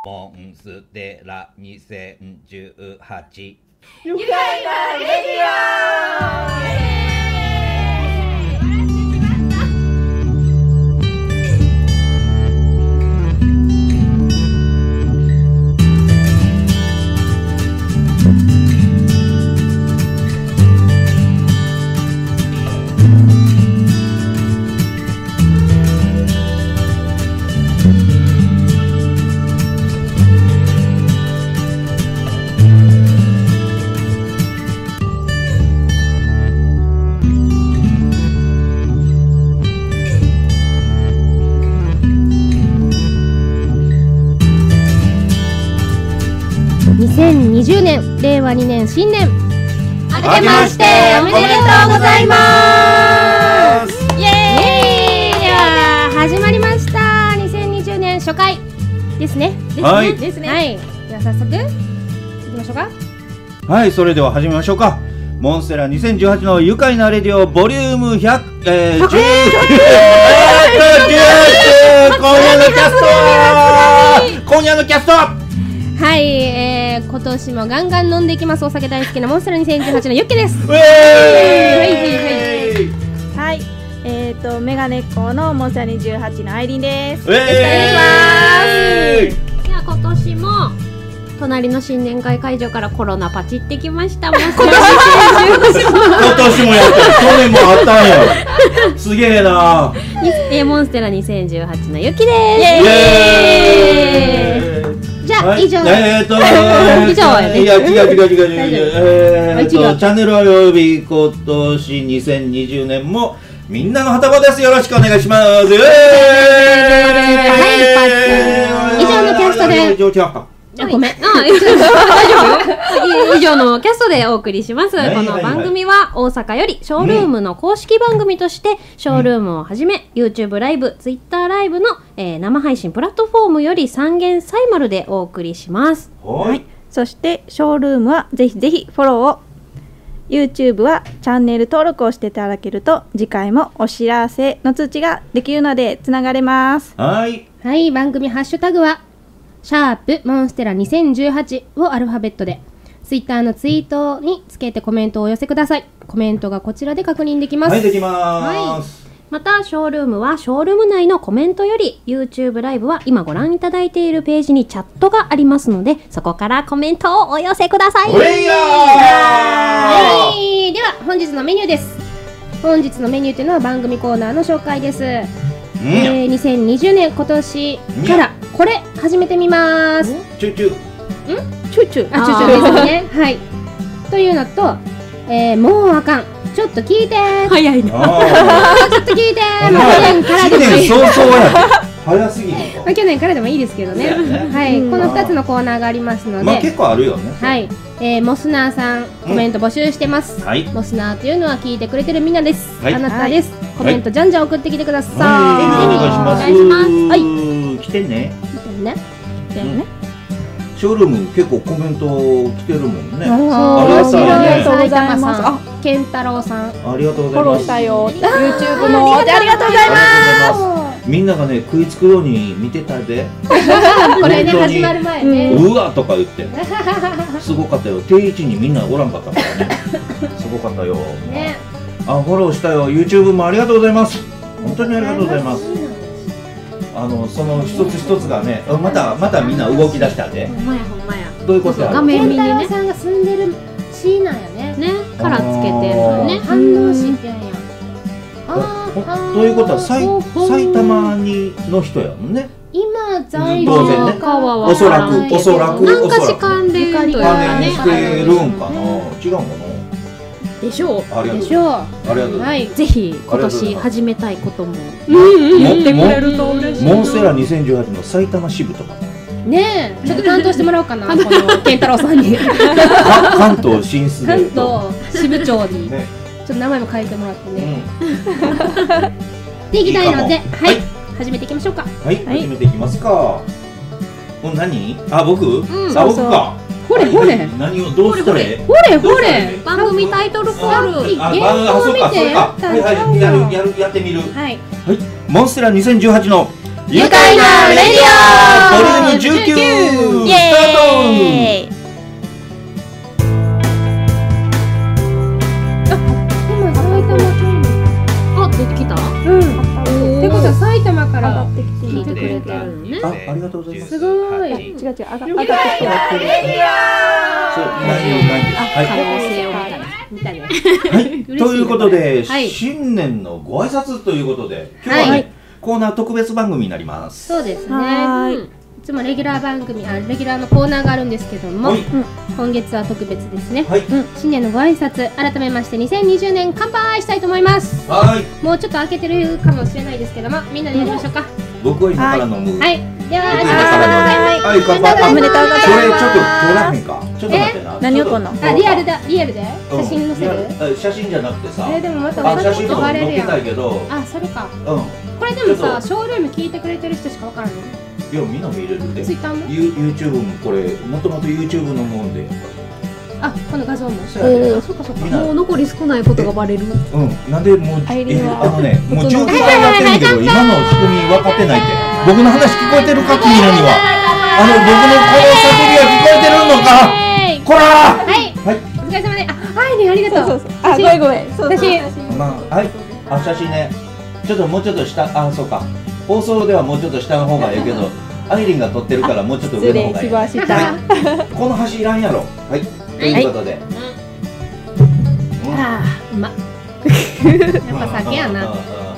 モンステラ2018 愉快なレディオ。 2020年令和2年新年明けましておめでとうございます。 イエーイ。では始まりました2020年初回ですね。 はい、 ですね。はい。では早速行きましょうか。 はい、それでは始めましょうか。モンステラ2018の愉快なレディオボリューム100、10今夜のキャストはい、今年もガンガン飲んでいきます。お酒大好きなモンステラ2018のユッケです。 はい、メガネっ子のモンステラ28のアイリンです。よろしくお願いします。 では今年も隣の新年会会場からコロナパチってきましたモンステラ今年もやった。去年もあったんや。すげえな。 モンステラ2018のユキです。イエーイ。じゃあ、以上。以上やね。 いや、違う。チャンネルおよび今年2020年もみんなの旗場です。よろしくお願いします。はい、 以上のキャストで。ごめん。大丈夫よ。以上のキャストでお送りします。この番組は大阪よりショールームの公式番組としてショールームをはじめ YouTube ライブ、Twitter ライブの生配信プラットフォームより三元サイマルでお送りします。 はい。そしてショールームはぜひぜひフォローを。YouTube はチャンネル登録をしていただけると次回もお知らせの通知ができるのでつながれます。 はい。 はい、番組ハッシュタグはシャープモンステラ2018をアルファベットでツイッターのツイートにつけてコメントをお寄せください。コメントがこちらで確認できます。 はい、できます。 はい、またショールームはショールーム内のコメントより YouTube ライブは今ご覧いただいているページにチャットがありますのでそこからコメントをお寄せください。はい、では本日のメニューです。本日のメニューというのは番組コーナーの紹介です。2020年今年からこれ始めてみます。 チュチュチュチュですね。はい。というのと、もうあかん。ちょっと聞いて。早いな。ちょっと聞いて。去年からでもいい。 早すぎる。 去年からでもいいですけどね。はい。この2つのコーナーがありますので。 まあ結構あるよね。 はい。モスナーさんコメント募集してます。はい。モスナーというのは聞いてくれてるみんなです。あなたです。コメントじゃんじゃん送ってきてください。お願いします。はい。 来てね。ショールーム結構コメント来てるもんね。ありがとうございます。 ケンタロウさん。 ありがとうございます。 フォローしたよ。YouTube のありがとうございます。 みんながね食いつくように見てたで。 これね始まる前ね。 うわとか言って。すごかったよ。定位置にみんなおらんかったからね。すごかったよ。ね。フォローしたよ。YouTube もありがとうございます。本当にありがとうございます。その一つ一つがね、またみんな動き出したで。ほんまや。どういうことやろ。 画面右にね。さんが住んでる市なんやね。ね、からつけてるのね。反応市ってやんや。 ということは埼玉の人やもんね。 今在住かはおそらくなんかし関連というかね。 してるんかな。違うかな。 でしょう。 ありがとう。 はい、ぜひ今年始めたいことも言ってくれると嬉しい。 モンステラ2018の埼玉支部とかねえ、ちょっと担当してもらおうかな。この健太郎さんに関東進出で関東支部長にちょっと名前も書いてもらってね。でいきたいので、はい、始めていきましょうか。 はい、始めていきますか。何？僕？僕か。 ほれ何をどうしたらほれ番組タイトルコールそうかはいやってみる。はい、モンステラ2018の愉快なレディオボリューム19 イエーイ。 今埼玉県あ、出てきた？ってことは埼玉から聞いてくれてるのね。 ありがとうございます。 すごい。 違う上がってきてる。 そう、 可能性を見たね。 はい、ということで、 はい新年のご挨拶ということで、今日はね、 はい、 コーナー特別番組になります。 そうですね。 はいいつもレギュラー番組、レギュラーのコーナーがあるんですけども、 はい今月は特別ですね。 はい、 新年のご挨拶、改めまして2020年乾杯したいと思います。 はい、 もうちょっと開けてるかもしれないですけども、みんなでやりましょうか。 僕は今から飲む。 はい。では、 僕ありがとうございます。 今から飲む。はい、乾杯。 おめでとうございますそれちょっと取らへんか。ちょっと待ってな。 何を撮んの？ リアルだ、リアルでうん写真載せる？ 写真じゃなくてさ。 でもまた写真とか載っけたいけど。 あ、それか。 うん。 これでもさ、ショールーム聞いてくれてる人しかわからない。 いや、みんな見れるで。 ツイッターも YouTube もこれ、もともと YouTube のもんで。 あ、この画像も。 そうやね。 そっかそっか。 みんなもう残り少ないことがバレる。 うん。なんでもう、 アイリーはもう19回やってんねんけど、今の仕組み分かってないって。僕の話聞こえてるか、君らには。僕のこの叫びは聞こえてるのか。こらー。 はい。 はい。 お疲れ様で、はいね、ありがとう。 あ、ごめんごめん。そう私、 まあ、はい。写真ね。ちょっともうちょっと下、そうか。放送ではもうちょっと下の方がいいけど、アイリンが撮ってるからもうちょっと上の方がいい。 失礼しました。 はいこの橋いらんやろ。はい。ということで。 あー、うまっ。やっぱ酒やな。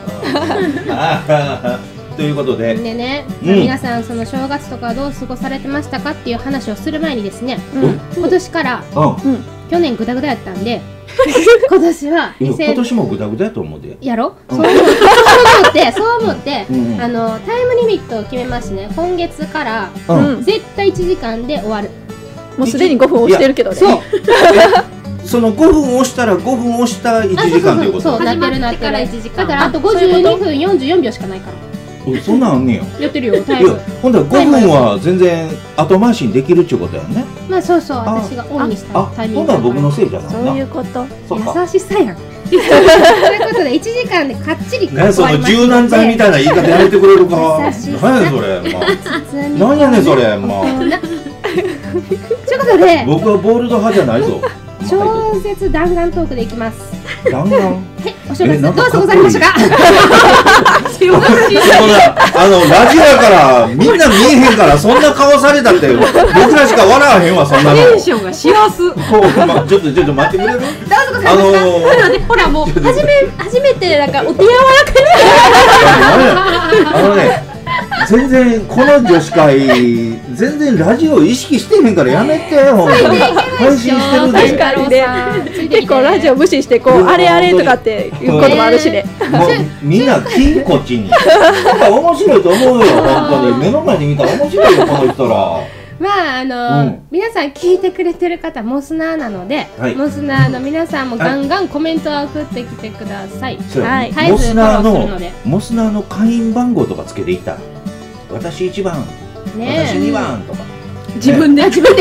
ということで。 でね、 うん皆さんその正月とかどう過ごされてましたかっていう話をする前にですね、 うん今年からうん。 去年グダグダやったんで今年はいや今年もグダグダやと思うで。 やろ、 うんそう思ってうんタイムリミットを決めましてね、今月からうん。 絶対1時間で終わる。 もうすでに5分押してるけどね。 そうその5分押したら5分押した1時間ということ。 そうなってるなってる。 始まってから1時間だからあと52分44秒しかないからそんなんあんねや。 やってるよタイいやム。 ほんだら5分は全然後回しにできるっちゅうことやんね。 まあそうそう、私がオンにしたタイミングほんなら僕のせいじゃないそうな。 いうこと。 そっか。 優しさやんということで1時間でかっちりねその柔軟剤みたいな言い方やめてくれるか。 優しさ何やねんそれ。まあなんやねんそれ。まあということで僕はボールド派じゃないぞ。 超絶弾丸トークでいきます。 弾丸。 お正月どうなんか過ごされましたか？ そんなラジオやからみんな見えへんからそんな顔されたって僕らしか笑わへんわそんなの。 テンションがしやす。 ちょっと待ってくれる？ ほらもう初めてなんかお手柔らか全然この女子会全然ラジオ意識してへんからやめて本当に配信してる確で。 かにね。結構ラジオ無視してこうあれあれとかっていうこともあるしね。 もうみんな聞いこっちに。面白いと思うよ本当に目の前に見たら面白いよこの人ら。 まあ皆さん聞いてくれてる方モスナーなので、 はいモスナーの皆さんもガンガンコメントを送ってきてください。 そうやねはい絶えずフォローするのでモスナーの会員番号とかつけていったら私1番、 ね私2番とか。 自分であ、違う、それ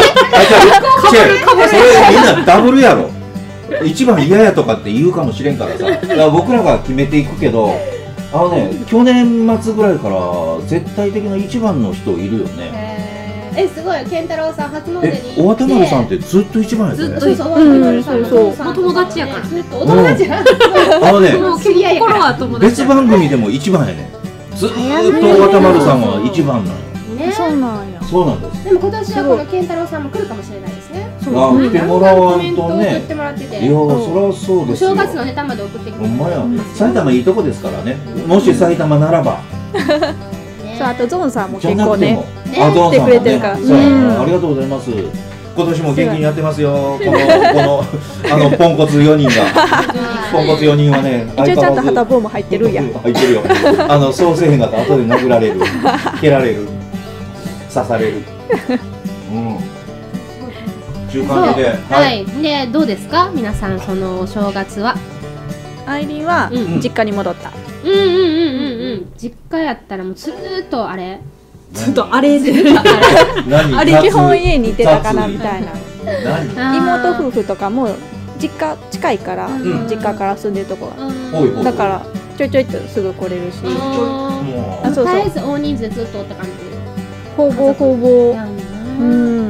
みんなダブルやろ。一番嫌やとかって言うかもしれんからさ。だから僕らが決めていくけど、去年末ぐらいから絶対的な一番の人いるよね。 すごい健太郎さん初詣に行って大渡丸さんってずっと一番やで。 ずっとそうそう大渡丸さんのそうお父さんお友達やからずっとお友達やもう知り合いやから心は友達別番組でも一番やね。ずーっと大渡丸さんは一番なの。 ね。 そうなんや。 そうなんです。 でも今年はこの健太郎さんも来るかもしれないですね。 あ、来てもらわコメントんとねを送って。もらってて、 いやー、そりゃそうおですよ。 正月のネタまで送ってきてほんまやね。 埼玉いいとこですからね。もし埼玉ならば。 そうあとゾンさんもじゃ結構ねなくても。。 ねあ、ゾンさんも来てくれてるからねそうやうんありがとうございます。今年も元気にやってますよ。このポンコツ4人が。ポンコツ4人はね。 一応ちゃんと旗棒棒も入ってるんや。 入ってるよ。そうせえへんかったら後で殴られる。蹴られる。刺される。うん。中そう間で。 はい。でどうですか皆さんそのお正月は。 アイリーはうん実家に戻った。 実家やったらもうずーっとあれ。 ちょっとあれで何あれ基本家にいてたかなみたいな。 何妹夫婦とかも実家近いからうん実家から住んでるとこが。 おいおいだからちょいちょいとすぐ来れるし、 もうあ、そうそう、 絶えず大人数でずっとおった感じ。 ほぼほぼ、 やんな。 うん、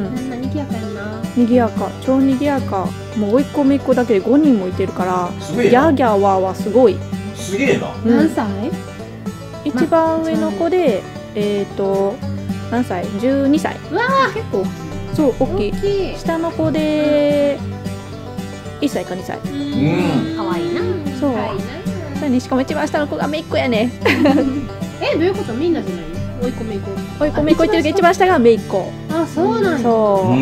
みんな賑やかやな。 賑やか、超賑やか。もう甥っ子姪っ子だけで5人もいてるから、 すげえなギャーギャーワーはすごい。 すげえな。 何歳？ 一番上の子で何歳？12歳。 うわー、結構大きい。 そう大きい。 大きい。 下の子で1歳か2歳。 ん可愛いな。 そう可愛いな。 それにしかも一番下の子が姪っ子やね。 どういうこと？みんなじゃないの？追い込めいこう。 甥っ子姪っ子いってるけど一番下が姪っ子。 あ、そうなんや。 そう。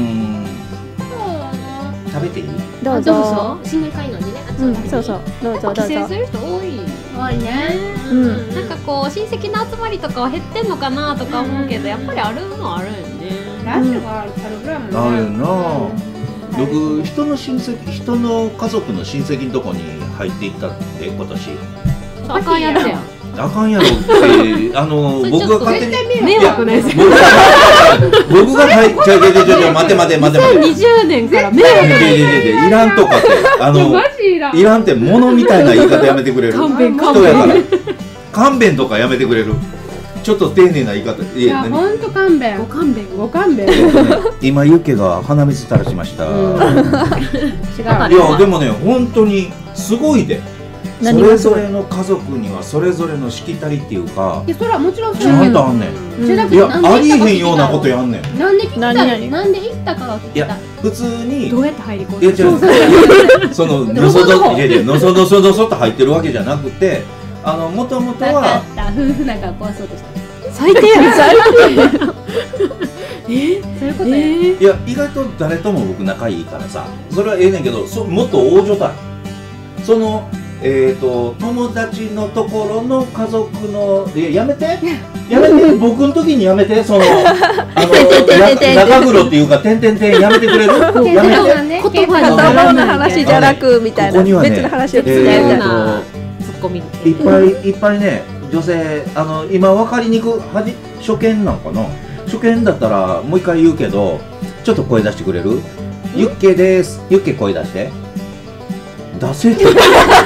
食べていい？ どうどうぞぞ。。 新年会のにね。 そうそう。どうぞどうぞ帰省す。る人多い。 多いね。 うんなんかこう親戚の集まりとかは減ってんのかなとか思うけど、やっぱりあるのはあるよね。 ラッシュがあるぐらいもんね。 あるな。僕人の親戚、人の家族の親戚のとこに入っていったって今年。 あかんやつや。 あかんやろって僕が勝手に迷惑なやつ。 僕が入っちゃう待て 2020年から迷惑なやいらんとかってマジいらん。 いらんって物みたいな言い方やめてくれる。 勘弁人やから勘弁とかやめてくれる。ちょっと丁寧な言い方。 いや、ほんと勘弁。 ご勘弁。 ご勘弁。 今ユッケが鼻水垂らしました。 違う。 いやでもね本当にすごいで。そ何がすごい？ れぞれの家族にはそれぞれのしきたりっていうかいや、それはもちろんちゃんとあんねん。いやありえへんようなことやんねん。 なんで聞きた何い？なんで行ったかが聞きたい。 いや普通にどうやって入り込んいやで違うそののそのそと入ってるわけじゃなくてもともとなかはった夫婦仲を壊そうとした。 最低やん。 最そういうことや。 いや意外と誰とも僕仲いいからさそれはええねんけどもっと大所帯その友達のところの家族のやめて僕の時にやめてその中黒っていうか点々点やめてくれるやめて言葉に片方の話じゃなくみたいな、 ここにはね別の話を聞きようたいみたいな。 なツッコミ。 いっぱいね女性今分かりにく初見なんかな初見だったらもう一回言うけどちょっと声出してくれる？ユッケです。ユッケ声出して出せって出せよ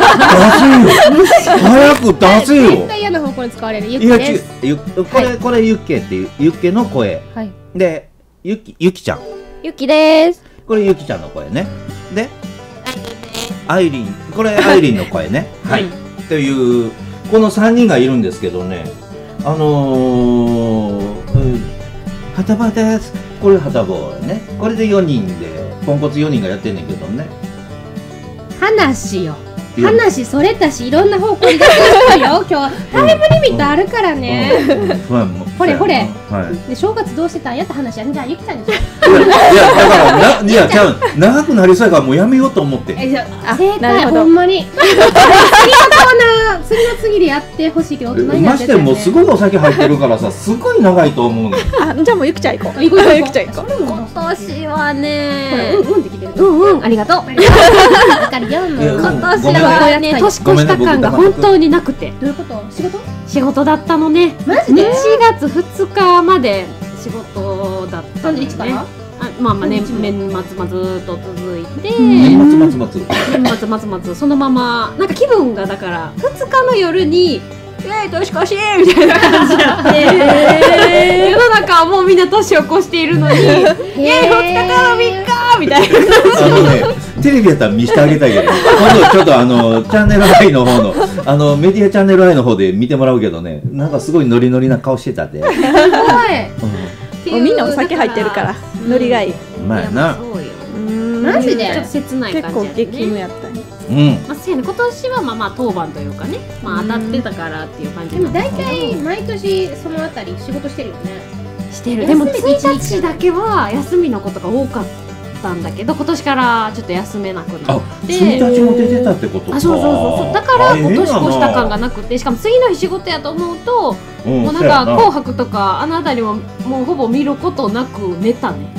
早く出せよ。 絶対嫌な方向に使われる。ゆっいやきです。 これユッケっていうユッケの声はい。 でゆきちゃんゆきです。 これゆきちゃんの声ねでアイリンこれアイリンの声ねはいというこの3人がいるんですけどねはたばですこれはたぼねこれで4人でポンコツ4人がやってんねんけどね話よ。 いや話それたし、いろんな方向に出てるよ。今日タイムリミットあるからね。ほれほれはいで、正月どうしてたんやった話やん。じゃあゆきちゃんにしよいやだからいやちゃう長くなりそうやからもうやめようと思ってう。じゃああ正解なるほどほんまに。次の次でやってほしいけど大人になましてっちゃってもうすごいお酒入ってるからさすごい長いと思うねんあ、じゃあもうゆきちゃん行こう。 行こう行こうゆきちゃん行こう。 今年はねほら、うんってきてる。 うんありがとう。 わかるよ。もういや今年ごめんはね年越した感が本当になくてどういうこと？仕事？ 仕事だったのね。 マジで？ 4月2日まで仕事だったのね。 31から？ まあ年末まずっと続いて、 年末年末そのままなんか気分がだから2日の夜に年越しみたいな感じになって世の中はもうみんな年を越しているのに2日から3日みたいなテレビやったら見せてあげたいけど今度ちょっとチャンネル愛の方のメディアチャンネル愛の方で見てもらうけどねなんかすごいノリノリな顔してたで、 すごい。 もうみんなお酒入ってるからノリがいい。 うまいなそうよマジでちょっと切ない結構感じやった激務ね。 やったね。 うんまあそうやね今年はまあ当番というかねまあ当たってたからっていう感じでも大なんですけど体毎年そのあたり仕事してるよね。 してるでも休み 1日だけは休みのことが多かったんだけど今年からちょっと休めなくなあって 1日も出てたってことかそうだから今年越した感がなくてしかも次の日仕事やと思うともうなんか紅白とかあのあたりももうほぼ見ることなく寝たね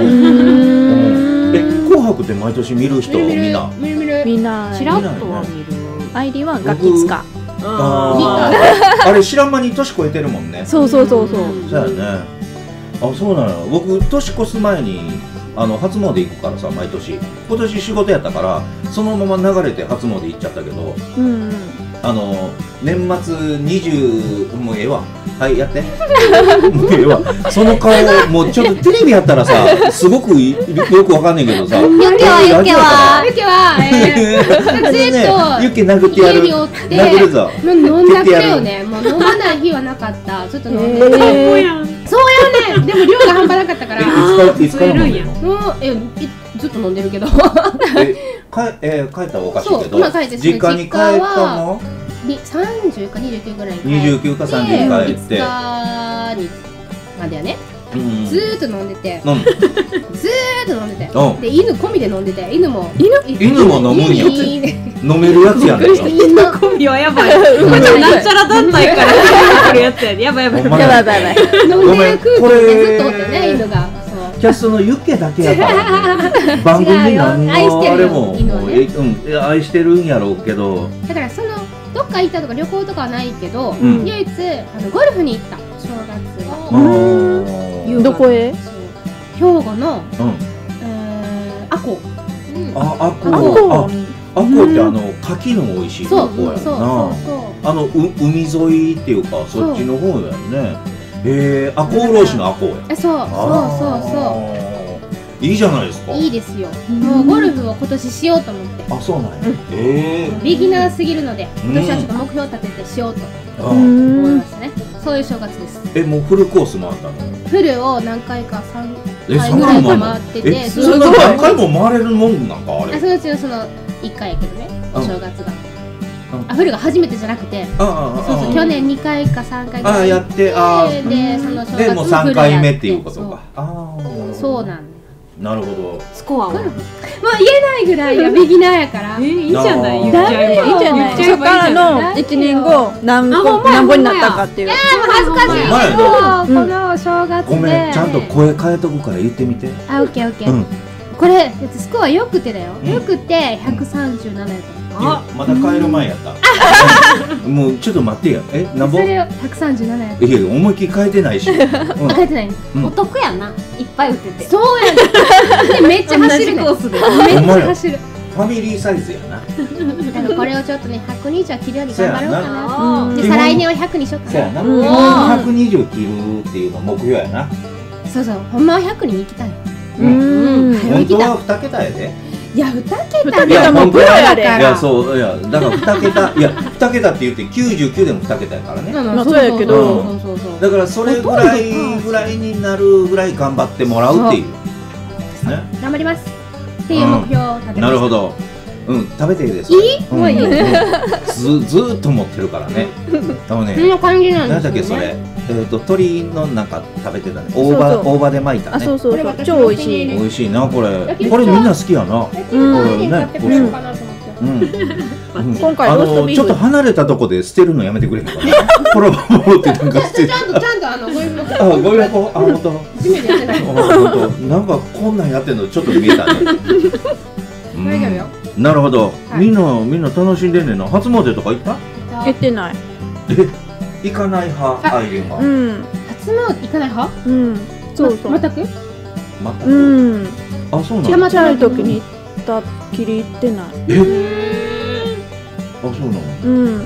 紅白って毎年見る人みんな見るみんなちらっとは見るアイリーはガキツカ。 あれ知らん間に年越えてるもんねそうそうそうそう。 そうやねあそうなの僕年越す前に初詣行くからさ毎年今年仕事やったからそのまま流れて初詣行っちゃったけどうん。 年末20もうええわ。はい、やって。もうええわ。その顔、もうちょっとテレビやったらさ、すごくよくわかんないけどさ。 ユッケはユッケはユッケ殴ってやる。殴るぞ。 飲んだくれよね。もう飲まない日はなかった。ちょっと飲んで。そうやね。でも量が半端なかったから。 いつから飲んでるの？ ずっと飲んでるけど。 帰ったらおかしいけど。実家に帰ったの ？30か29ぐらいに 29か30帰って。 5日にまでやね。ずーっと飲んでて。ずーっと飲んでて。で犬込みで飲んでて。犬も飲むんや。飲めるやつやねん。 犬込みはやばい。なんちゃら団体から来るやつやで。やばい。 飲んでる空気でずっとおってね犬が。 キャストのユッケだけやから番組何のあれも愛してるんやろうけど、 だからそのどっか行ったとか旅行とかはないけど、唯一ゴルフに行った正月は。 どこへ？ 兵庫の阿古。 阿古って牡蠣の美味しいとこやな。海沿いっていうかそっちの方やね。赤穂浪士の赤穂や。 そういいじゃないですか。 いいですよ。もうゴルフを今年しようと思って。 あ、そうなんや。 ビギナーすぎるので今年はちょっと目標を立ててしようと思いましたね。そういう正月です。 もうフルコース回ったの？ フルを何回か3回ぐらい回ってて。 そんな何回も回れるもんなんかあれ？ そのうちのその1回やけどね、お正月が。フルが初めてじゃなくて、そう去年2回か3回ぐらいやって、 でその正月でもう3回目っていうことか。 そうなんなるほど。 スコアはもう言えないぐらいやビギナーやから。 いいじゃない。 いいじゃない。そこからの1年後何本になったかっていう。 恥ずかしい。この正月で。 ごめん、ちゃんと声変えとくから言ってみて。 オッケー。これスコアよくてだよ。よくて137やった。 まだ帰る前やった。もうちょっと待ってや。なんぼ？ それを137やった。 いや思いっきり変えてないし。変えてない。 お得やな。いっぱい打ってて。 そうやね。めっちゃ走るね。めっちゃ走る。 ファミリーサイズやな。 だからこれをちょっとね120は切るように頑張ろうかな。で再来年は100にしようかな。 そうやな。120切るっていうの目標やな。 そうほんまは100に行きたい。 本当は2桁やで。 いや2 桁もプロやで。 いやそういやだから2桁いや2桁って言って99でも2桁やからね。 そうやけどだからそれぐらいになるぐらい頑張ってもらうっていうね。 頑張りますっていう目標を立てました。 なるほど。食べていいですか？ もういい。 ずっと持ってるからね。 そんな感じなんですよね。 何だっけそれ。鶏のなんか食べてたね。大葉で巻いたね。 そう超美味しい。 美味しいなこれ。これみんな好きやな。これね。 今回ローストビーフ。 ちょっと離れたとこで捨てるのやめてくれへんかな。ポロポロってなんか捨てる。 ちゃんとゴミ箱。 ゴミ箱。本当。 地面でやってない。 なんかこんなんやってんのちょっと見えたね。 大丈夫よ。 なるほど。みんな楽しんでんねんな。初詣とか行った？ 行ってない。 行かない派、アイリンは。 初詣行かない派？そう。全く？ あ、そうなの？ 山ちゃんの時に行ったきり行ってない。 あ、そうな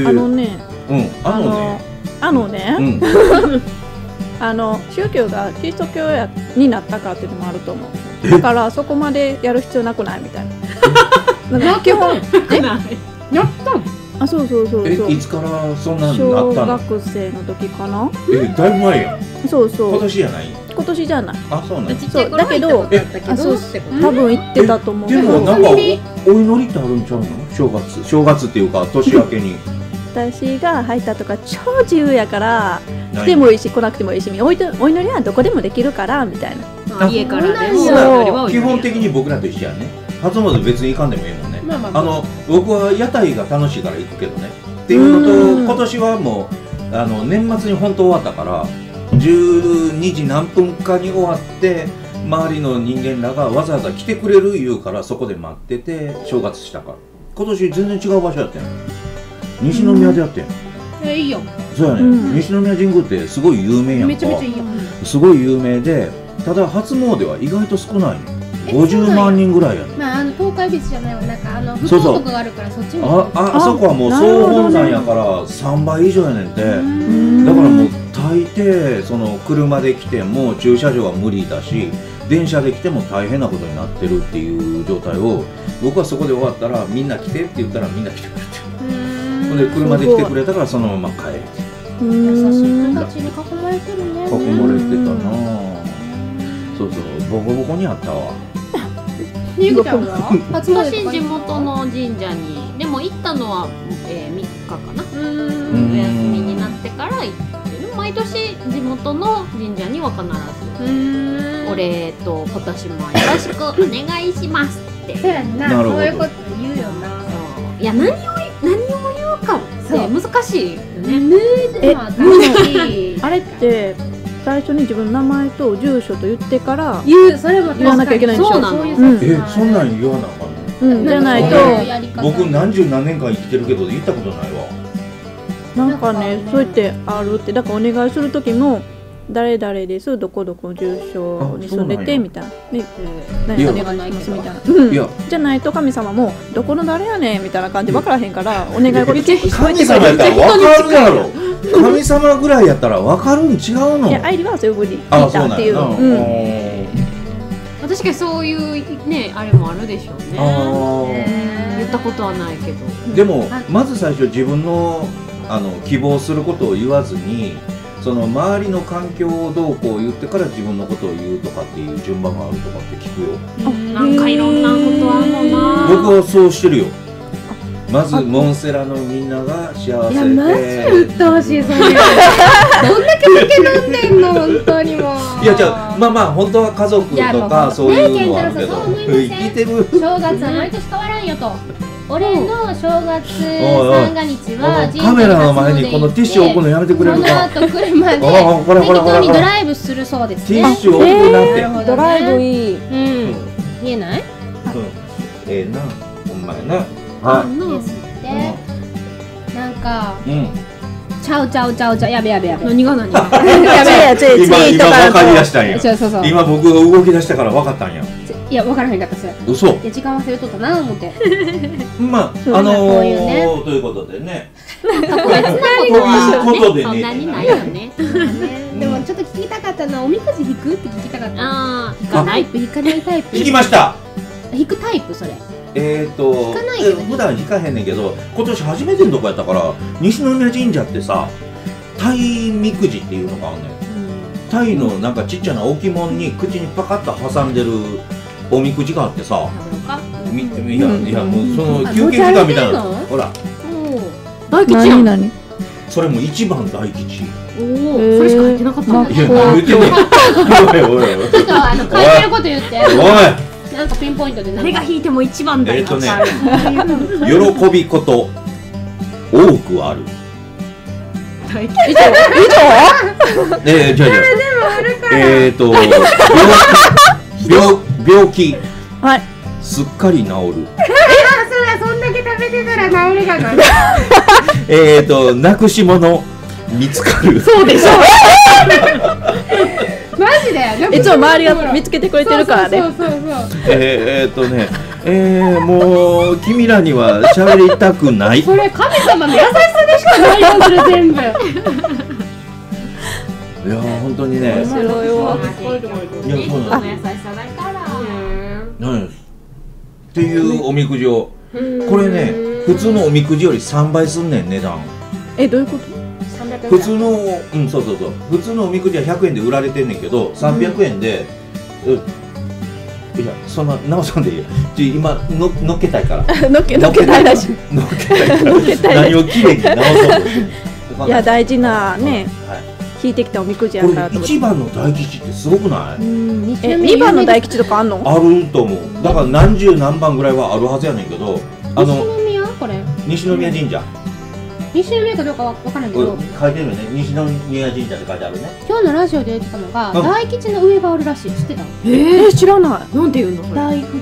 の？宗教がキリスト教になったかっていうのもあると思う。だからそこまでやる必要なくないみたいな。基本やったの？ あ、そう。 いつからそんなのあったの？ 小学生の時かな。 だいぶ前やん。 そう。 今年じゃない？ 今年じゃない。 あ、そうなん。 そうだけど、多分行ってたと思う。 でもなんかお祈りってあるんちゃうの？正月っていうか年明けに。 私が入ったとか超自由やから来てもいいし来なくてもいいし、お祈りはどこでもできるからみたいな。 家からね。 基本的に僕らと一緒やね。初詣別に行かんでもいいもんね。僕は屋台が楽しいから行くけどね。っていうのと今年はもう年末に本当終わったから12時何分かに終わって周りの人間らがわざわざ来てくれる言うからそこで待ってて正月したから。今年全然違う場所やってん。西宮でやってん。 いいよ。 そうやね。西宮神宮ってすごい有名やんか。 めちゃめちゃいいよ。 すごい有名で、ただ初詣は意外と少ないの。 50万人ぐらいやね。 まあ東海別じゃないわ、なんか福岡とかがあるからそっちも。 あそこはもう総本山やから3倍以上やねんて。だからもう大抵その車で来ても駐車場は無理だし、電車で来ても大変なことになってるっていう状態を、僕はそこで終わったらみんな来てって言ったらみんな来てくれて、ほんで車で来てくれたからそのまま帰る。 優しい人たちに囲まれてるね。 囲まれてたな。そうそう、ボコボコにあったわ。 ゆきちゃんは私地元の神社にでも行ったのは、3日かな。お休みになってから行ってる。毎年地元の神社には必ずお礼と今年もよろしくお願いしますって。 そうやんな、そういうこと言うよな。 いや、何を言うかって難しいよね。あれって最初に自分の名前と住所と言ってからそれも言わなきゃいけないんでしょ。 そうなの。 そんなん言わなあかんの？ じゃないと。 僕何十何年間生きてるけど言ったことないわ。 なんかね、そうやってあるって。だからお願いする時も誰々です、どこどこ住所に住んでてみたいなで、何お願いしますみたいな。じゃないと神様もどこの誰やねんみたいな感じで分からへんから、お願い事チェックしといてくれる。 神様やったら分かるやろ。神様ぐらいやったら分かるん違うの？ いや、愛理はそういうふうに聞いたっていう。 確かにそういうね、あれもあるでしょうね。言ったことはないけど。 でもまず最初自分の希望することを言わずに、その周りの環境をどうこう言ってから自分のことを言うとかっていう順番があるとかって聞くよ。 なんかいろんなことあるのな。 僕はそうしてるよ。まずモンセラのみんなが幸せで。いや、 マジで鬱陶しい、それ。どんだけ酒飲んでんの、本当にもう。 いや、じゃあまあ本当は家族とかそういうのはあるけど、 聞いてる。正月は毎年変わらんよと。俺の正月三が日はカメラの前にこのティッシュ置くのやめてくれるか。 その後車で適当にドライブするそうですね。 ティッシュ置くなって。 ドライブいい。 見えない？ な、ほんまやな。はい。 ですって。なんか。ちゃうやべ。 何が今分かり出したんや。今僕が動き出したから分かったんや。 いや、分からへんかったっす。 嘘。 時間忘れとったな思って。 まあということでね。 特別なことはそんなにないよね。 でもちょっと聞きたかったのは、おみくじ引くって聞きたかった。 引かないタイプ。 引きました。 引くタイプそれ。 普段引かへんねんけど、今年初めてのとこやったから、西宮神社ってさ、タイみくじっていうのがあんねん。タイのなんかちっちゃな置物に口にパカッと挟んでるおみくじがあってさ、いやもうその休憩時間みたいな、ほら大吉やん。 何それも一番大吉。 それしか入ってなかったんだ。 いや、言ってねえ。おいちょっと書いてること言って。 おい、 なんかピンポイントで誰が引いても一番だよ。 喜びこと多くある。 大吉以上。病気すっかり治る。 そんだけ食べてたら治るかな。 なくし物見つかる。 そうでしょ。 マジでいつも周りが見つけてくれてるからね。 もう君らには喋りたくない。 それ神様の優しさでしかないよ、それ全部。 いや本当にね。 面白いわ。 いや、そうなの。優しさだから。 っていうおみくじを、これね、普通のおみくじより3倍すんねん、値段。 どういうこと？ 普通の、そう普通のおみくじは100円で売られてんねんけど、300円で、いや、そんな直さんでいいよ。今のっけたいから。 のっけたいらしい。 何をきれいに直そうとして。 いや、大事なね、引いてきたおみくじやからと思って。 1番の大吉ってすごくない？ 2番の大吉とかあんの？ あると思う。だから何十何番ぐらいはあるはずやねんけど、 西宮これ？ 西宮神社。 西宮かどうかわからんけど、 書いてるよね。西宮神社って書いてあるね。 今日のラジオで言ってたのが、大吉の上があるらしい。知ってた？ 知らない。 なんて言うの？ 大福。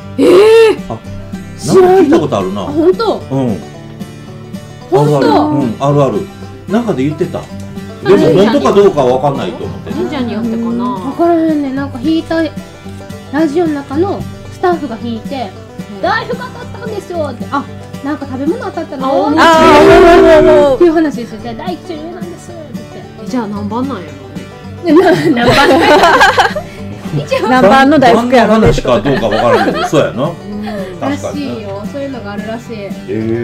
知らん。聞いたことあるな。 本当？ ある。なんかで言ってた。でも本当かどうかはわかんないと思って。 神社によってかな。 わからへんね。なんか引いたラジオの中のスタッフが弾いて「大福当たったんですよ」って「あ、なんか食べ物当たったの？」っていう話して「大吉上なんです」って言って。 じゃあ何番なんやろ何番の大福やろ。 話かどうかわからないけど、そうやな。 らしいよ。そういうのがあるらしい。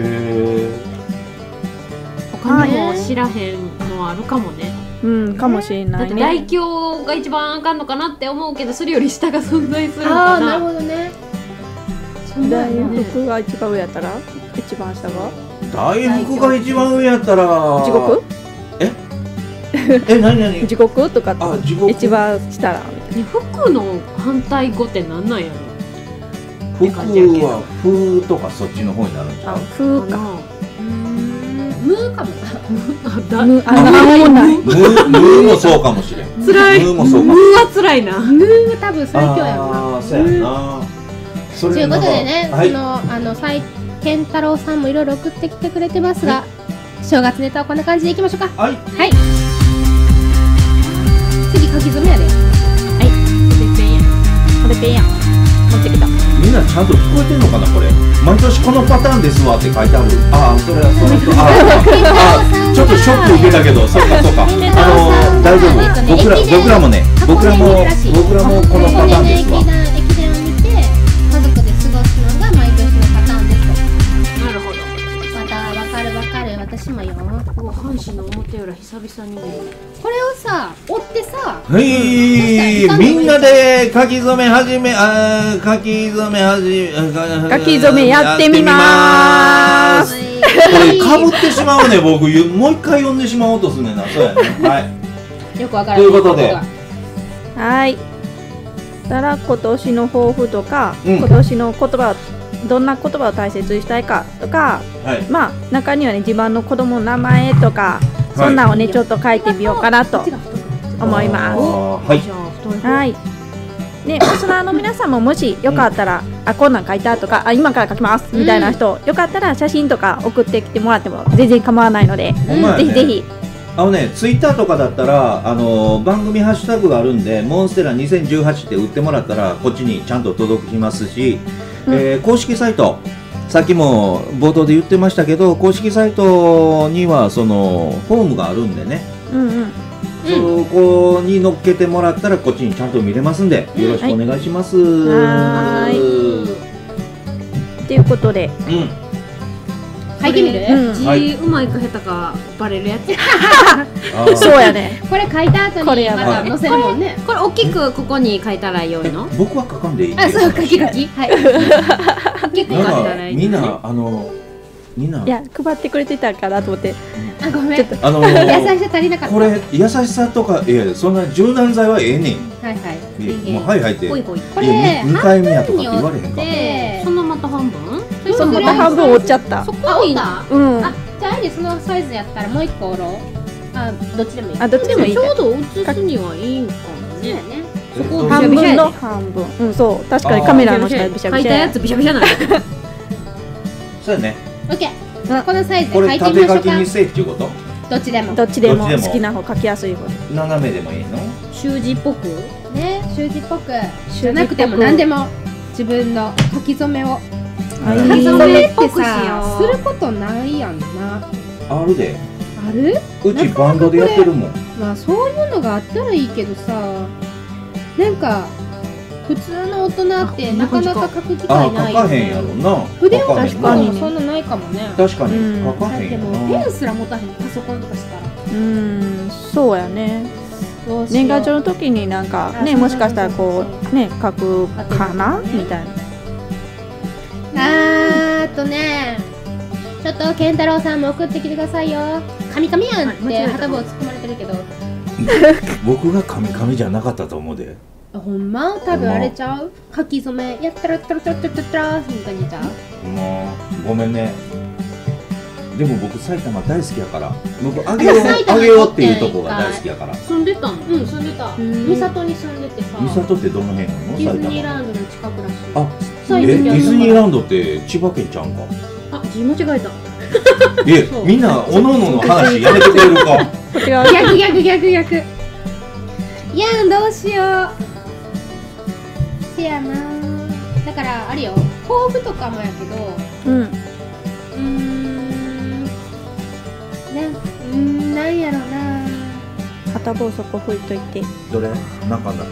他にも知らへんのあるかもね。 かもしれないね。 大凶が一番あかんのかなって思うけど、それより下が存在するのああ、 かな。 なるほどね。 大福が一番上やったら一番下が大福が一番上やったら地獄？ 何地獄とかって一番下ら福の反対語ってなんなんやろ。 福は風とかそっちの方になるんちゃう？ 風か。 ムーかも。 ムもそうかもしれん。 辛い。ムーは辛いな。 ムー多分最強やろな。 ああ、そうやな。 ということでね、健太郎さんもいろいろ送ってきてくれてますが、正月ネタはこんな感じでいきましょうか。 はい。 次書き初めやで。 これペンや。持ってきた。 みんなちゃんと聞こえてんのかなこれ。毎年このパターンですわって書いてある。ああ、それはちょっとショック受けたけど、そうか。大丈夫。僕らもこのパターンですわ。 駅伝を見て家族で過ごすのが毎年のパターンですと。 なるほど。 またわかる私もよ。 阪神の表裏久々に見る。 これをさ追ってさ、 みんなで書き初めやってみまーす。 これかぶってしまうね。僕もう一回読んでしまおうとするねんな。そうやね。はい。 よくわからない。 ということで、 はい。たら今年の抱負とか、今年の言葉どんな言葉を大切にしたいかとか、まあ中にはね自分の子供の名前とか、そんなをねちょっと書いてみようかなと思います。はい。ね、リスナーの皆さんももしよかったら、こんなん書いたとか、今から書きますみたいな人、よかったら写真とか送ってきてもらっても全然構わないので、ぜひぜひ。 ツイッターとかだったら番組ハッシュタグがあるんで、モンステラ2018って打ってもらったらこっちにちゃんと届きますし、公式サイト、さっきも冒頭で言ってましたけど、公式サイトにはそのフォームがあるんでね、そこに乗っけてもらったらこっちにちゃんと見れますんで、よろしくお願いします。 はい。ということで、 書いてみる？ 字うまいか下手かバレるやつ。 そうやね。 これ書いた後にまた載せるもんね。 これ大きくここに書いたらよいの？ 僕は書かんでいい。 あ、そう、書き。はい。 結構書いたらいい。 みんな。 いや、配ってくれてたかなと思って。 ごめん。優しさ足りなかった。 これ優しさとか、いや、そんな柔軟剤はええねん。もうはいって。 これ 2回目やとかって言われへんか。 そのまた半分？ そのまた半分折っちゃった。 そこに。じゃあそのサイズやったらもう一個折ろう。どっちでもいい。 どっちでもいい。 ちょうど写すにはいいんかもね。 そこ半分の半分。そう、確かにカメラの下びしゃびしゃ。 書いたやつびしゃびしゃなの。 そうやね。 オッケー。このサイズで書いてみましょうか。これ縦書きにせえっていうこと？ どっちでも好きな方書きやすい方で。 斜めでもいいの？ 習字っぽくね、習字っぽくじゃなくても何でも自分の書き初めを。書き初めってさ、することないやんな。 あるで。 ある？ うちバンドでやってるもん。 まあそういうのがあったらいいけどさ、なんか普通の大人ってなかなか書く機会ないよね。 書かへんやろな。 筆を出すこともそんなないかもね。 確かに書かへんよな。 でもペンすら持たへん、パソコンとかしたら。 そうやね。年賀状の時になんかね、もしかしたらこうね書くかなみたいな。 ちょっと健太郎さんも送ってきてくださいよ。神々やんって旗棒突っ込まれてるけど。 僕が神々じゃなかったと思うで。 ほんま？多分あれちゃう？書き初めやったらたらたらたらたらみたいにちゃう？ もうごめんね。でも僕埼玉大好きやから。僕あげようっていうとこが大好きやから。 住んでたの？ 住んでた。三郷に住んでてさ。 三郷ってどの辺なの？ ディズニーランドの近くらしい。 ディズニーランドって千葉県ちゃうんか？ 字間違えた。 みんなおのおのの話やめてくれるか？ 逆。いやどうしよう。 せやな。だからあれよ、豆腐とかもやけど、なんやろな。 片棒そこ拭いといて。 どれ？中になった？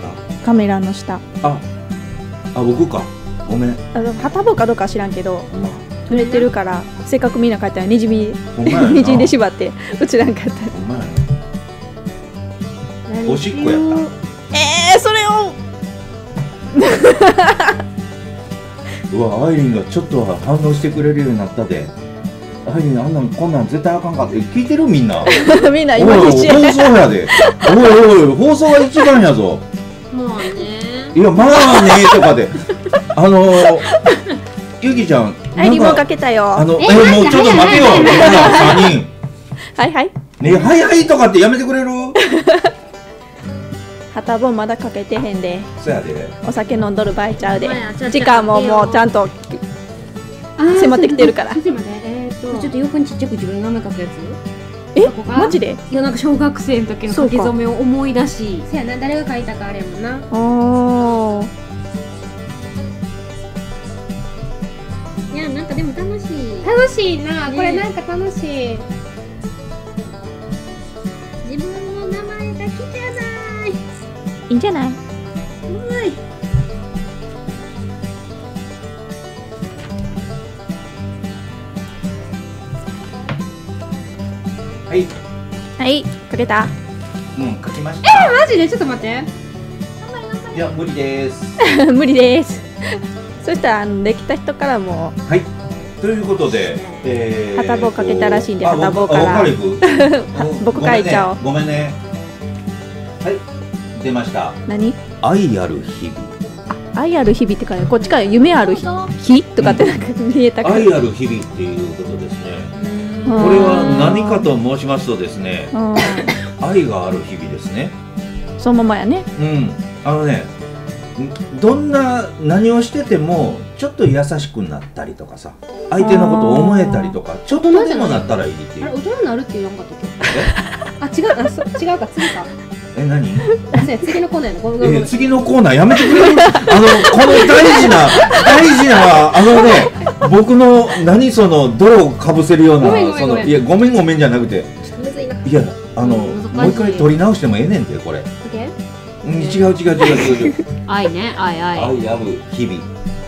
カメラの下。 僕か。ごめん。 片棒かどうかは知らんけど、濡れてるからせっかくみんな帰ったらにじみで縛って映らんかった。 ほんまやな。おしっこやった。 それを。 うわ、アイリンがちょっとは反応してくれるようになったで。アイリン、こんなん絶対あかんかって。聞いてるみんな。 みんな今必死や。 放送やで。おい、放送が一番やぞ。 まあね。 いや、まあねとかで。ゆきちゃん。 アイリンもかけたよ。 もうちょっと待てよ。みんな3人。 はいはい。 ね、はいとかってやめてくれる？ 旗棒まだかけてへんで。 そうやで。 お酒飲んどる場合ちゃうで。時間ももうちゃんと迫ってきてるから。 ちょっと横にちっちゃく自分の名前書くやつ。 マジで？ いや、なんか小学生の時の書き初めを思い出し。 そうやな、誰が書いたかあれやもんな。 いや、なんかでも楽しい。 楽しいな、これなんか楽しい。 自分の名前だけじゃない。 いいんじゃない？はい、かけた？ 書きました。 マジで？ちょっと待って。 いや、無理です。 無理です。そしたらできた人からも。 はい。ということで、 旗棒かけたらしいんで、旗棒から。僕書いちゃおう。 ごめんね。はい、出ました。 何？ 愛ある日々。 愛ある日々って書いて、こっちから夢ある日とかってなんか見えたから。 愛ある日々っていうことですね。これは何かと申しますとですね、愛がある日々ですね。 そのままやね。 何をしててもちょっと優しくなったりとかさ、相手のことを思えたりとか、ちょっとでもなったらいいっていう。 あれ、大人になるって言わんかったっけ？違うか、次か。 何？ 次のコーナーやの。 次のコーナーやめてくれる？この大事な僕のその泥をかぶせるような、いや、ごめんじゃなくて、いや、もう一回取り直してもええねんて、これ。違う。 愛ね、愛。 愛ある日々。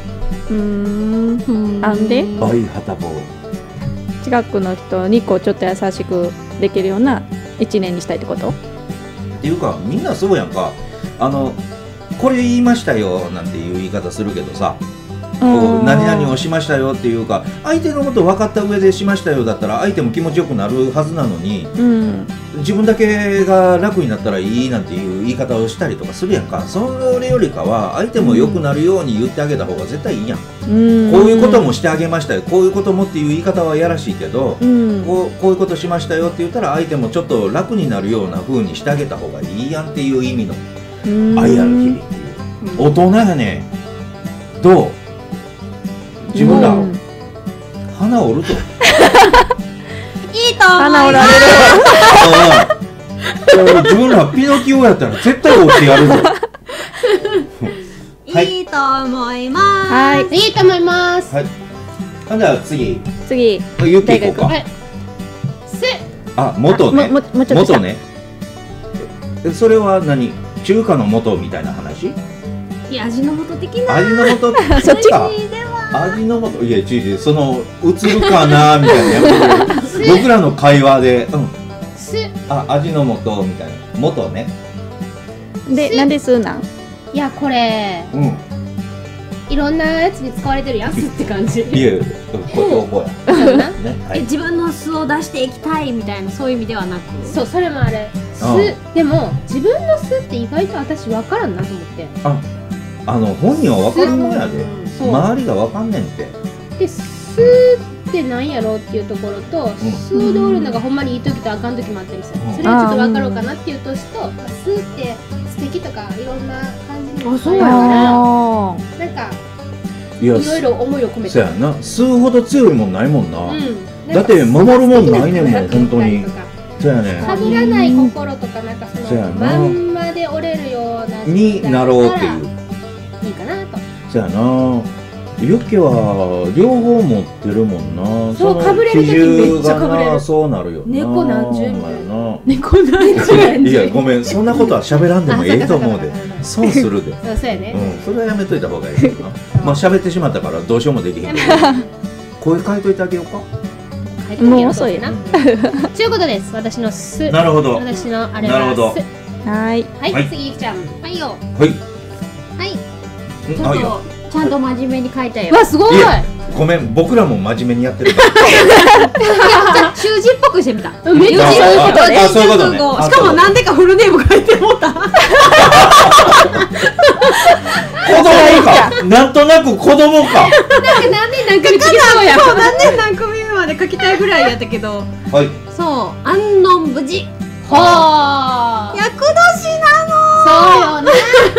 なんで？ 愛旗棒。 近くの人にちょっと優しくできるような一年にしたいってこと？ っていうか、みんなそうやんか。これ言いましたよなんていう言い方するけどさ、何々をしましたよっていうか、相手のこと分かった上でしましたよだったら相手も気持ちよくなるはずなのに、自分だけが楽になったらいいなんていう言い方をしたりとかするやんか。それよりかは相手も良くなるように言ってあげた方が絶対いいやん。こういうこともしてあげましたよ、こういうこともっていう言い方はやらしいけど、こういうことしましたよって言ったら相手もちょっと楽になるような風にしてあげた方がいいやんっていう意味の愛ある日々っていう。大人やね。どう？自分ら花折ると。 いいと思います。 花折られる。 自分らピノキオやったら絶対折ってやるぞ。 いいと思います。 はい、 いいと思います。 はい。じゃあ次。ゆっくり行こうか。元ね。元ね。それは何？中華の元みたいな話？ いや、味の素的な。 味の素そっちか。 味の素、いや、違う、その映るかなみたいなやつ。僕らの会話で、味の素みたいな、元ね。 で、なんですなん？ いや、これ、いろんなやつに使われてるやつって感じ。 いや、こや。自分の素を出していきたいみたいな、そういう意味ではなく。 そう、それもあれ。でも、自分の素って意外と私分からんなと思って。 本人は分かるもんやで。周りが分かんねんって。で、 素ってなんやろうっていうところと、素でおるのがほんまにいい時とあかん時もあったりする。それはちょっと分かろうかなっていう年と、素って素敵とかいろんな感じにもそうやから、なんかいろいろ思いを込めて。 そうやな。素ほど強いもんないもんな。だって守るもんないねんもん、本当に。そうやね。限らない心とかなんかそのまんまで折れるようなになろうっていう。 いいかなとそうやな。ユッケは両方持ってるもんな。 そう、かぶれる時めっちゃかぶれる。 そうなるよな。 猫何十みたいな。 猫何十。 いやごめん、そんなことは喋らんでもええと思うで。損するで。 そうやね。 それはやめといた方がいいかな。まあ喋ってしまったからどうしようもできへんけど。声変えといてあげようか。 もう遅いな。 ということです。私のす。 なるほど。 私のあれはす。 はい。 はい、次ゆきちゃん。はいよ。 はい。 はい。 ちょっとちゃんと真面目に書いたよ。 わ、すごい。 ごめん、僕らも真面目にやってるから。 習字っぽくしてみた。 めっちゃいいことね。 そういうことね。 しかもなんでかフルネーム書いてもうた。 子供か。なんとなく子供か。 なんか何年何組聞きそうや。 何年何組目まで書きたいぐらいやったけど。 はい。 そう、安穏無事。 はあ。 厄年なの。そうよね。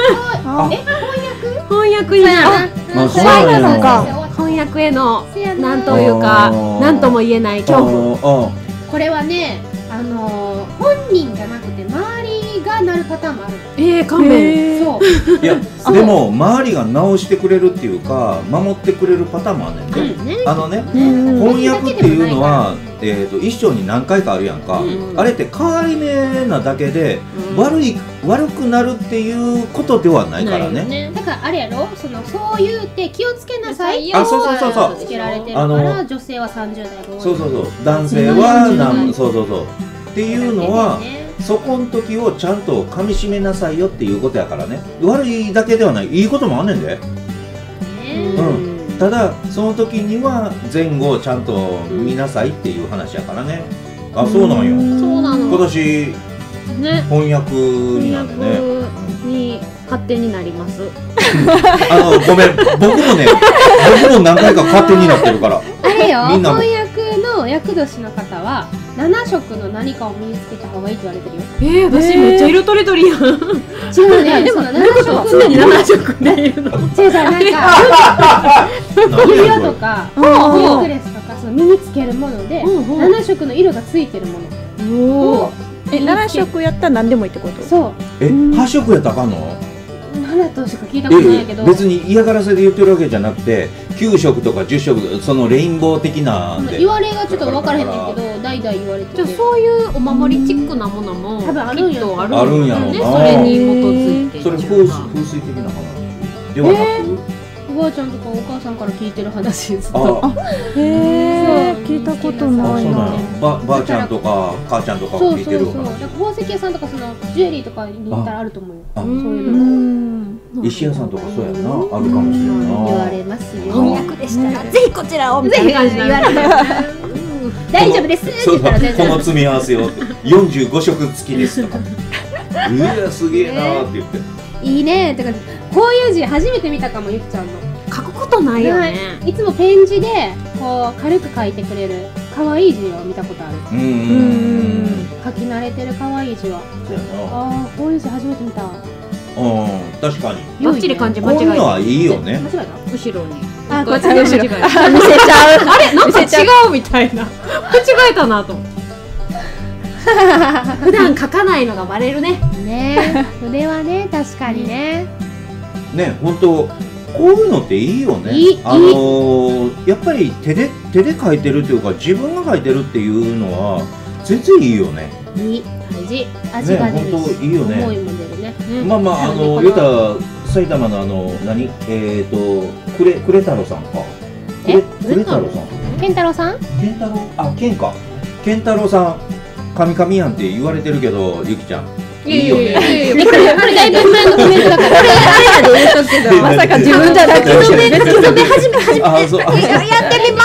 翻訳になる。翻訳へのなんというかなんとも言えない恐怖。 これはね、本人じゃなくて周りがなるパターンもある。 勘弁。 そう。 いやでも周りが直してくれるっていうか守ってくれるパターンもあんねんね。翻訳っていうのは一生に何回かあるやんか。あれって変わり目なだけで悪くなるっていうことではないからね。 だからあれやろ、そう言うて気をつけなさいよ。 そうつけられてるから女性は30代50代。 そう男性はそうっていうのは。そこの時をちゃんと噛み締めなさいよっていうことやからね。悪いだけではない、いいこともあんねんで。ただその時には前後をちゃんと見なさいっていう話やからね。あ、そうなんよ。 そうなの。 今年翻訳になんでね。 に勝手になります。 ごめん、僕も何回か勝手になってるから。 あれよ、翻訳の厄年の方は7色の何かを身につけた方がいいって言われてるよ。 私めっちゃ色とりどりやん。 違うね。でも7色常に7色で言うの。 違うなんか指輪とかネックレスとか身につけるもので7色の色がついてるもの。 7色やったら何でもいいってこと？ そう。 8色やったらあかんの ？7としか聞いたことないけど。 別に嫌がらせで言ってるわけじゃなくて9色とか10色、そのレインボー的な言われがちょっと分からへんねんけど、代々言われてて。 じゃあそういうお守りチックなものも多分あるんやろあるんやろうな。 それに基づいて。 それ風水的な話ではなく、 おばあちゃんとかお母さんから聞いてる話ずっと。 聞いたことないな。 ばあちゃんとか母ちゃんとか聞いてる話。 だから宝石屋さんとかジュエリーとかに行ったらあると思うよ。そういうの。 石屋さんとかそうやな、あるかもしれんな。 言われますよ。 翻訳でしたらぜひこちらをみたいな感じ言われる。大丈夫ですって言ったら全然。 この詰め合わせを45色付きですとか。うわすげえなーって言って。 いいねーってか、こういう字初めて見たかも、ゆきちゃんの。 書くことないよね。 いつもペン字でこう軽く書いてくれる可愛い字を見たことある。書き慣れてる可愛い字は。ああ、こういう字初めて見た。 確かに。 バッチリ漢字間違えた。 こういうのはいいよね。 間違えた？後ろに。 あ、こっちの後ろ。見せちゃう。 あれなんか違うみたいな。間違えたなと思って。普段書かないのがバレるね。 ね、筆はね、確かにね。 ね、本当こういうのっていいよね。やっぱり手で書いてるっていうか自分が書いてるっていうのは全然いいよね。 いい、大事。味が出るし、 本当いいよね。 思いも出るね。 まあ言うたら埼玉の何クレ太郎さんか。クレ太郎さん。 健太郎さん？ 健太郎、あ、健か。健太郎さん。神々やんって言われてるけど、ゆきちゃん。いいよね。 これだいぶ前のコメントだから。これあれやで言うとくけど、まさか自分じゃなくて。書き留め始め。やってみます。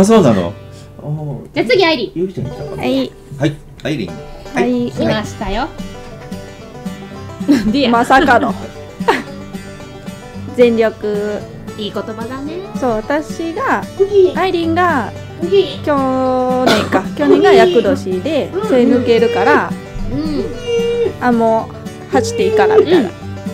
あ、そうなの。 じゃあ次アイリン。 ゆきちゃん来たかな。 はい。 はい、アイリン。 はい。 来ましたよ。 まさかの。全力。 いい言葉だね。 そう、私がアイリンが去年が厄年でそれ抜けるから、あ、もう走っていいからみたいな。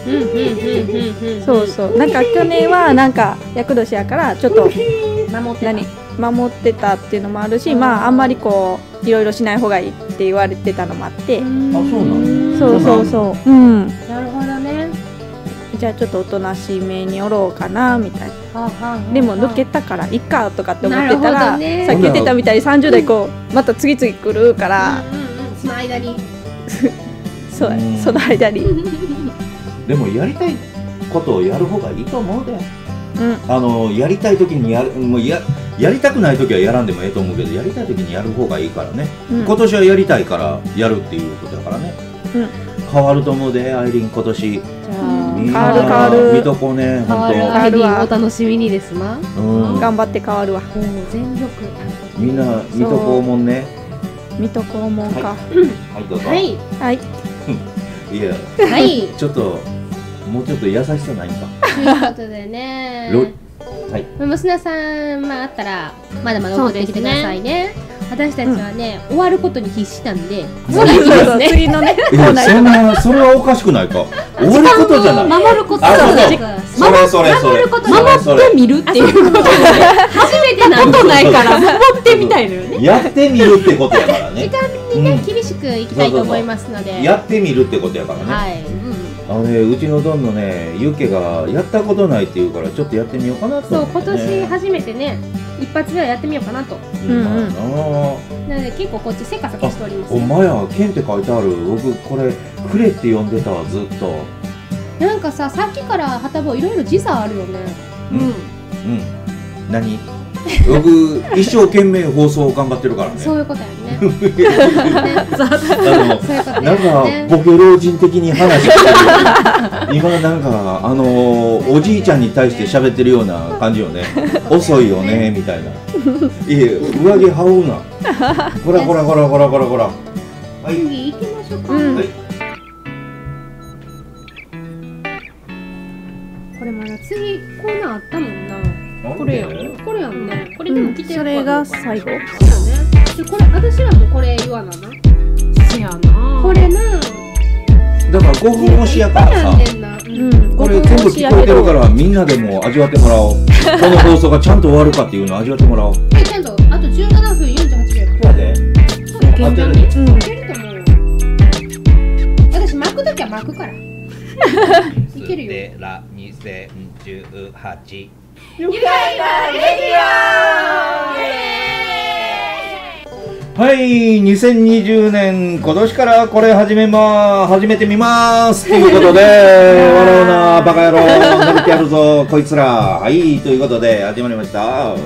そうそう、なんか去年はなんか厄年やからちょっと守ってたっていうのもあるし、まああんまりこういろいろしない方がいいって言われてたのもあって。 あ、そうなの。 そう、 なるほどね。 じゃあちょっとおとなしめにおろうかなみたいな。でも抜けたからいっかとかって思ってたら、さっき言ってたみたいに30代こうまた次々来るから、 その間にその間にでもやりたいことをやる方がいいと思うで、やりたい時にやりたくない時はやらんでもええと思うけど、やりたい時にやる方がいいからね。今年はやりたいからやるっていうことだからね。変わると思うで、アイリン今年。 変わる見とこうね、 本当。アイリンお楽しみにですな。 頑張って変わるわ。 全力。 みんな見とこうもんね。 見とこうもんか。 はいどうぞ。 はい。 いや、ちょっともうちょっと優しさないんか。 ということでね。 はい。 娘さんあったらまだまだ送ってきてくださいね。私たちはね、終わることに必死なんで、 次のね、 それはおかしくないか。終わることじゃない。 守ることじゃない。守ること守ってみるっていうことで、初めてなことないから守ってみたいのよね。 やってみるってことやからね。 時間にね、厳しくいきたいと思いますので。 やってみるってことやからね。 はい。 うちのどんのね、ユッケがやったことないって言うから、ちょっとやってみようかなと。 そう、今年初めてね、一発目はやってみようかなと。なので結構こっちせかせかしております。 お前や、剣って書いてある。僕これくれって呼んでたわ、ずっと。 なんかさ、さっきからはたぼいろいろ時差あるよね。 何？僕一生懸命放送頑張ってるからね。 そういうことやね。 なんかボケ老人的に話してる。今なんかおじいちゃんに対して喋ってるような感じよね。遅いよねみたいな。いえ、上着羽織るな。ほら。はい。 次行きましょうか。はい。これまだ次コーナーあったもんな。これやんね。これでも来てる。 それが最後。 そうね。これ私らもこれ言わなな。 せやな。 これな。 だから5分押しやからさ。これ全部聞こえてるからみんなでも味わってもらおう。この放送がちゃんと終わるかっていうのを味わってもらおう。 ちゃんとあと17分48秒やから。 そうやで。 いけると思うよ。私巻くときは巻くから。いけるよ。 でら2018。 愉快なレディオ。はい、2020年今年からこれ始めてみますということで、笑うなバカ野郎、伸びてやるぞこいつら。はい、ということで始まりました。 はい。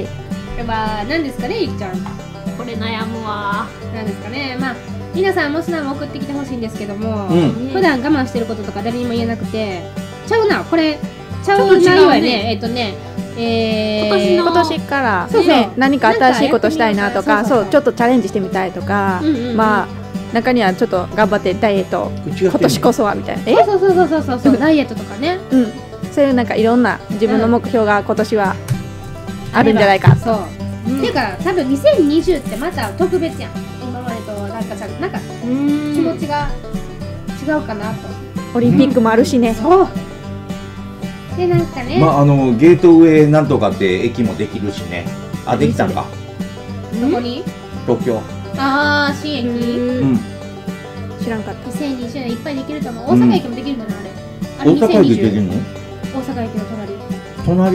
では何ですかね、ゆきちゃん。 これ悩むわ。 何ですかね。まあ皆さんも素直に送ってきてほしいんですけども、普段我慢してることとか誰にも言えなくて、ちゃうなこれ。ちゃう内容やね。 今年から何か新しいことしたいなとか、そうちょっとチャレンジしてみたいとか、まあ中にはちょっと頑張ってダイエット今年こそはみたいな。 そうダイエットとかね。 そういうなんかいろんな自分の目標が今年はあるんじゃないか。 そう。っていうか多分2020ってまた特別やん。今までとなんか気持ちが違うかなと。 オリンピックもあるしね。 そう。でなんかね、 ゲートウェイなんとかって駅もできるしね。あ、できたんか。 どこに？ 東京。 ああ、新駅。 知らんかった。 2020年いっぱいできると思う。大阪駅もできるんだなあれ。 大阪駅できるの？ 大阪駅の隣。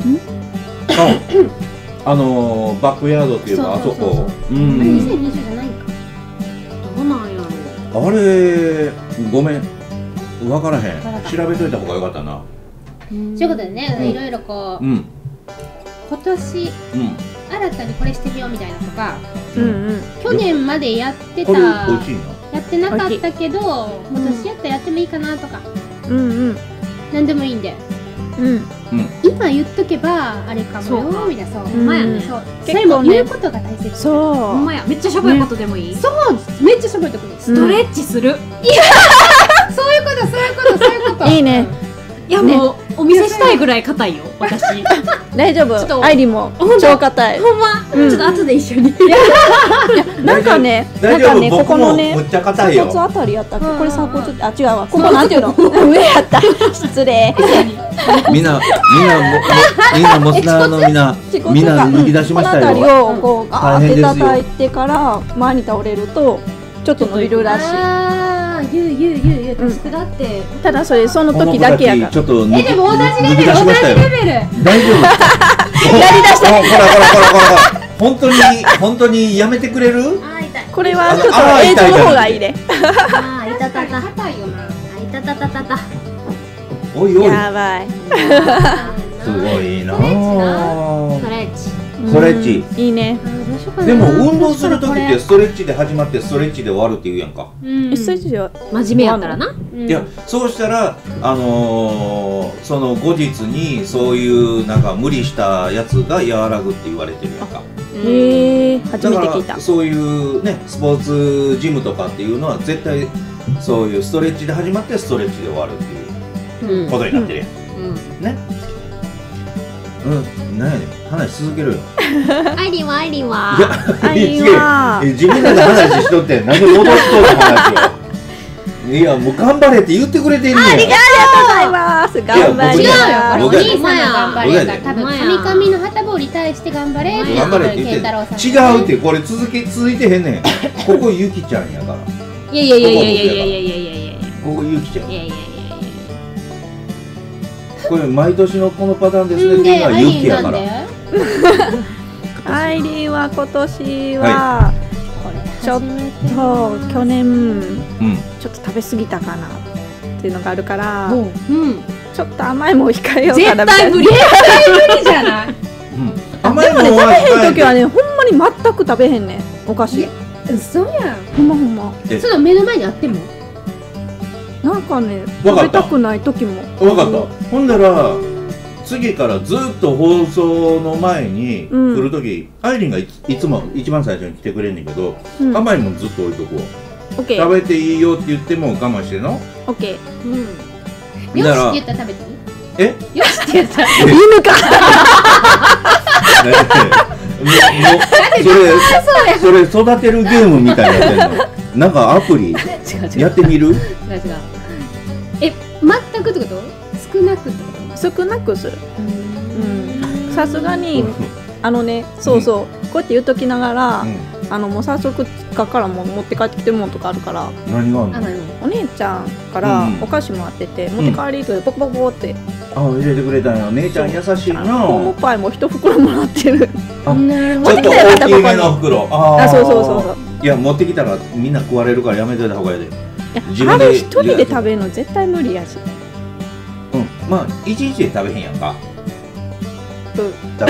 バックヤードっていうかあそこ。 あれ2020じゃないんか。 どうなんやろ。 あれごめん、分からへん。調べといた方がよかったな。 そういうことでね、いろいろこう、今年、新たにこれしてみようみたいなとか、去年までやってた、やってなかったけど、今年やったらやってもいいかなとか、なんでもいいんで、今言っとけばあれかもよみたいな。そう、ほんまやね。そう、それも言うことが大切。 そう、 ほんまや。めっちゃしょぼいことでもいい。 そう、めっちゃしょぼいところ。 ストレッチする。いや、 そういうこと。 いいね。 いやもうお見せしたいぐらい硬いよ私。 大丈夫。アイリも超硬い。 ほんま。ちょっと後で一緒に。 なんかね、ここのね、鎖骨あたりやったっけ？これ鎖骨、あ、違うわ。ここなんていうの？上やった。失礼。 みんなモスナーのみんな抜き出しましたよ。 このあたりをこうガーって叩いてから前に倒れるとちょっと伸びるらしい。 ああ、言う。 で年下って。 ただそれその時だけやから。 ちょっとでも同じレベル、同じレベル。 大丈夫。 やりだした。 ほら。本当にやめてくれる？ これはちょっと映像の方がいいね。 あ、いたたた。硬いよな。いたたたたた。 おいおい。 やばい。 すごいな。 ストレッチ。 ストレッチ。 いいね。 でも運動する時ってストレッチで始まってストレッチで終わるって言うやんか。 ストレッチは真面目やったらな。 いや、そうしたらその後日にそういうなんか無理したやつが和らぐって言われてるやんか。 へえ、初めて聞いた。 そういうね、スポーツジムとかっていうのは絶対そういうストレッチで始まってストレッチで終わるっていうことになってるやん。ね。なんやねん、話続けるよ。 アイリンは。 自分らで話しとって何で戻っとる話よ。いや、もう頑張れって言ってくれてんねん。 ありがとうございます。頑張りよ。お兄さんが頑張れやから、多分神々の旗棒に対して頑張れって頑張れって言ってん。違うって、これ続いてへんねん。ここゆきちゃんやから。 いや。 ここゆきちゃん。これ毎年のこのパターンですねっていうのはゆきやから。 アイリーは今年はちょっと去年ちょっと食べ過ぎたかなっていうのがあるから、ちょっと甘いもん控えようかなみたいな。 絶対無理じゃない。 甘いもん食べへん時はね、ほんまに全く食べへんねん、お菓子。 嘘やん。 ほんま。 その目の前にあってもなんかね、食べたくない時も。 分かった。ほんなら次からずっと放送の前に来る時、アイリンがいつも一番最初に来てくれんねんけど、甘いもんずっと置いとこう。食べていいよって言っても我慢しての。 オッケー。よしって言ったら食べていい？ え？ よしって言ったら犬か。 それ育てるゲームみたいになってんの。なんかアプリやってみる？違う。 全くってこと？少なくってこと？ 少なくする。さすがにそうこうやって言っときながら、もう早速実家からも持って帰ってきてるもんとかあるから。 何があるの？ お姉ちゃんからお菓子もらってて、持って帰りとポコポコって。 入れてくれたんや。姉ちゃん優しいな。 ホームパイも一袋もらってる。 ちょっと大きめの袋。 そう。 いや、持ってきたらみんな食われるからやめといた方がいいで。 あれ一人で食べるの絶対無理やし。 まあ一日で食べへんやんか。食べ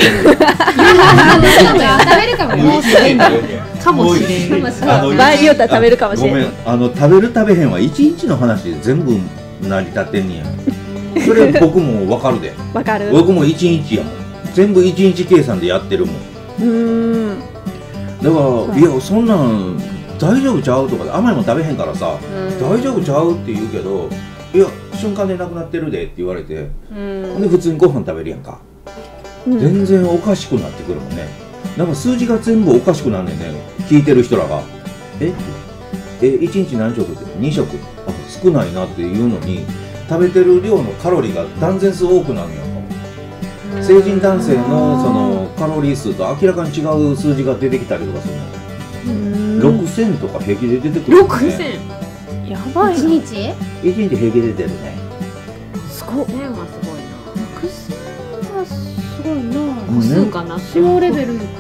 るかも。 かもしれん。 場合によっては食べるかもしれん。 ごめん、食べる食べへんは一日の話で全部成り立ってんねや。それ僕も分かるで。 分かる。 僕も一日やもん。全部一日計算でやってるもん。だからいや、そんなん大丈夫ちゃうとか、甘いもん食べへんからさ、大丈夫ちゃうって言うけど、いや瞬間でなくなってるでって言われて、で普通にご飯食べるやんか。全然おかしくなってくるもんね。なんか数字が全部おかしくなんねんね。聞いてる人らが1日何食って2食、少ないなっていうのに、食べてる量のカロリーが断然数多くなるんやんか。成人男性のそのカロリー数と明らかに違う数字が出てきたりとかするの。6000とか平気で出てくる、ね。 6000？ やばいな。 1日平気で出るね。 すごい。 6000はすごいな。 6000はすごいな。 個数かな。 塩レベルかな。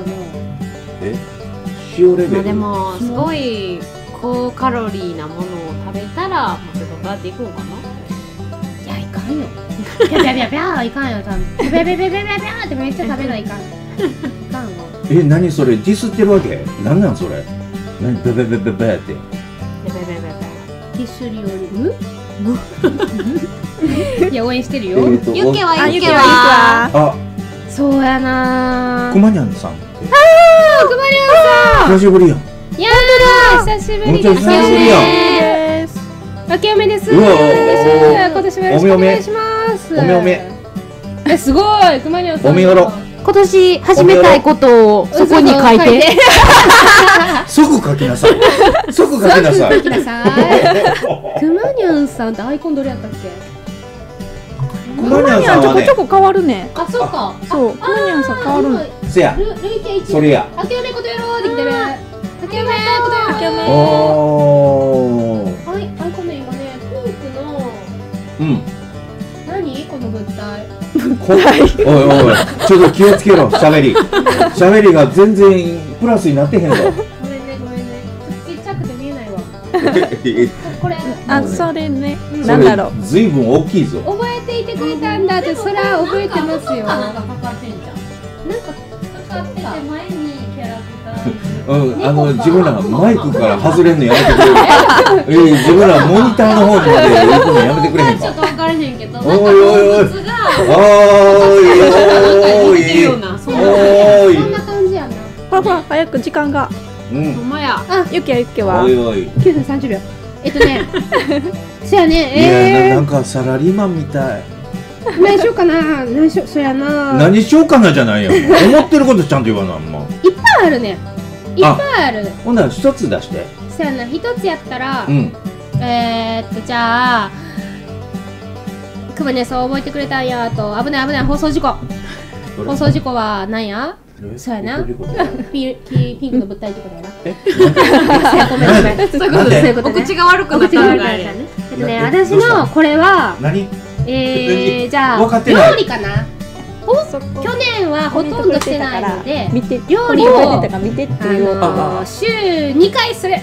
塩レベル。 でもすごい高カロリーなものを食べたらもうちょっとバーっていくんかな。 いや、いかんよ。ビャビャビャビャはいかんよ。ビャビャビャビャビャビャってめっちゃ食べないかん。いかんわ。 何それディスってるわけ？なんなんそれ？何ベベベベベって。 ベベベベベ。 ディスりより。いや、応援してるよ。 ユッケは。 あ、 そうやな。 くまにゃんさん。 くまにゃんさん。 久しぶりやん。 いやー、久しぶりです。 久しぶりやん。明けおめです。今年もよろしくお願いします。 おめおめ。 すごい、くまにゃんさん。 おめよろ。 今年始めたいことをそこに書いて。 即書きなさい。即書きなさい。 くまにゃんさんってアイコンどれやったっけ？ くまにゃんさんちょこちょこ変わるね。 あ、そうか。 そう、くまにゃんさん変わるの。 せや。それや。 あけおめことやろうできてる。あけおめことやろう。 あけおめ。 おー。 アイコンね、今ね、ピンクおいおい、ちょっと気をつけろ、喋りが全然プラスになってへんぞ。 ごめんね。ちっちゃくて見えないわ。これそれね、なんだろう。 ずいぶん大きいぞ。 覚えていてくれたんだって、それは覚えてますよ。なんかかかってんじゃん。なんかかかってて前にキャラクター。 自分らマイクから外れんのやめてくれる。自分らモニターの方にまで行くのやめてくれへんか。 ちょっと分からへんけど。 おいおいおい。 そんな感じやな。 ほらほら、早く時間が。 ほんまや。 ゆきは。 おいおい。 9分30秒。そやね。なんかサラリーマンみたい。 何しようかな。そやな。 何しようかなじゃないやん。思ってることちゃんと言わな、もう。 いっぱいあるね。いっぱいある。 ほんなら一つ出して。 そやな、一つやったら、 うん。 じゃあ、クマニャさん覚えてくれたんやと、危ない放送事故。放送事故は何や？そうやな。ピンクの物体事故だよな。ごめん。そういうことね。 お口が悪くなったからね。 私のこれは、 何？ じゃあ料理かな。去年はほとんどしてないので、料理を週2回する。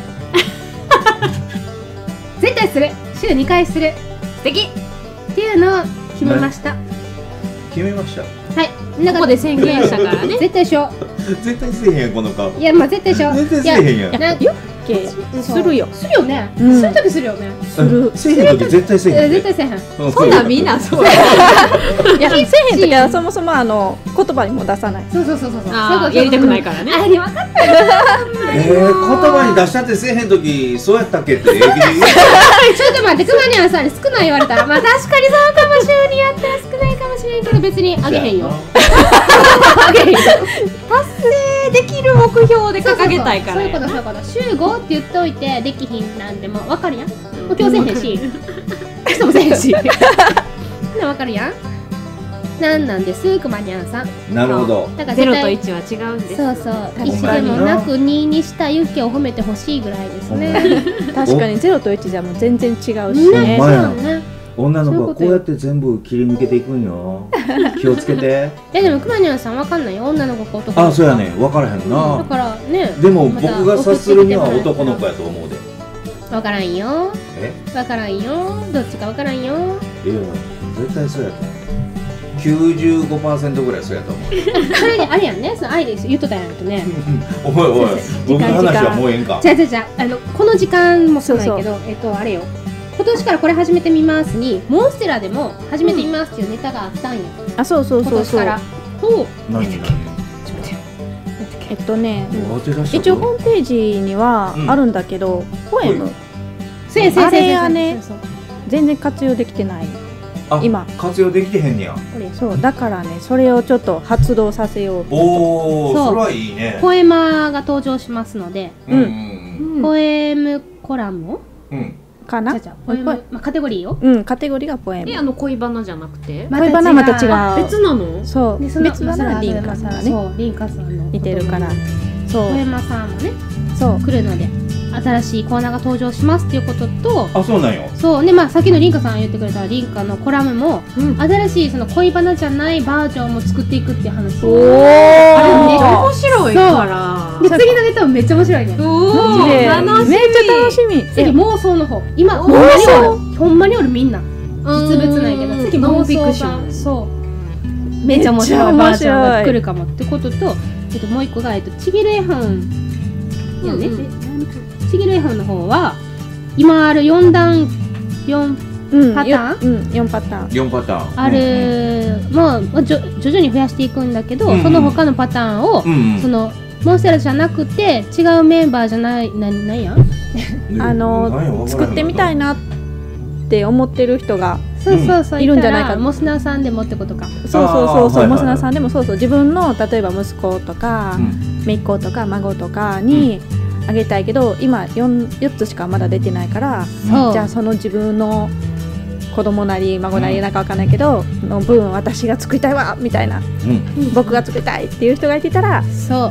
絶対する。週2回する。 素敵っていうのを決めました。 決めました。 はい。 ここで宣言したからね。 絶対しよう。絶対せえへんやんこの顔。 いやまあ絶対しよう。 絶対せえへんやん。 するよ。 するよね。する時するよね。 する。 せえへん時絶対せえへん。 絶対せえへん。 そんなんみんなそう。 いやせえへん時はそもそも言葉にも出さない。 そう。 やりたくないからね。 あれ分かったよ。 言葉に出したってせえへん時そうやったっけって。ちょっと待って、クマニャンさんに少ない言われたら、まあ確かにそうかもしれん。やったら少ないかもしれんけど別にあげへんよ。 達成できる目標で掲げたいから。 そういうこと。週5って言っておいてできひんなんでも分かるやん。もう今日せえへんし、明日もせえへんし。分かるやん。なんですクマニャンさん。 なるほど。 だから0と1は違うんです。 そう1でもなく2にしたユッケを褒めてほしいぐらいですね。 確かに0と1じゃもう全然違うしね。 女の子はこうやって全部切り抜けていくんよ。気をつけて。 でもクマニャンさんわかんないよ、女の子か男の子。 あ、そうやね、わからへんな。 だからね。 でも僕が察するには男の子やと思うで。 わからんよ。わからんよ。どっちかわからんよ。 いや、絶対そうやと思う。95% ぐらいそうやと思う。 それであれやんね、その愛です言っとったやんとね。 おい僕の話はもうええんか。 じゃこの時間もそうないけど、あれよ。今年からこれ始めてみますに、モンステラでも始めてみますっていうネタがあったんや。 あ、そう。 今年から。 何？ 一応ホームページにはあるんだけど、ポエム。あれはね、全然活用できてない。今活用できてへんねや。 そうだからね、それをちょっと発動させようと。 おお、それはいいね。 ポエマが登場しますので、ポエムコラムかな。 ポエムカテゴリーよ。 カテゴリーがポエム。 恋バナじゃなくて。 恋バナまた違う。 別なの？ そう。別バナはリンカさんね。 リンカさんの似てるから。そう。 ポエマさんもね、 そう来るので。新しいコーナーが登場しますっていうことと、 あ、そうなんよ。 そうね、さっきのリンカさん言ってくれたリンカのコラムも、新しいその恋バナじゃないバージョンも作っていくっていう話。 おお、あれめっちゃ面白いから。 で次のネタもめっちゃ面白いね。 おお、めっちゃ楽しみ。 次妄想の方。今ほんまにおるみんな。実物ないけど、次妄想版。そう。めっちゃ面白いバージョンが来るかもってことと、もう一個がちぎる絵本よね。ちぎる絵本の方は今ある4パターン 4パターンある、もう徐々に増やしていくんだけど、その他のパターンをそのモンステラじゃなくて違うメンバーじゃない何や作ってみたいなって思ってる人がそういるんじゃないか。 モスナーさんでもってことか。 そうモスナーさんでも自分の例えば息子とか姪っ子とか孫とかにあげたいけど、今4つしかまだ出てないから、じゃあその自分の子供なり孫なりなんかわかんないけどの分私が作りたいわみたいな、僕が作りたいっていう人がいてたら、 そう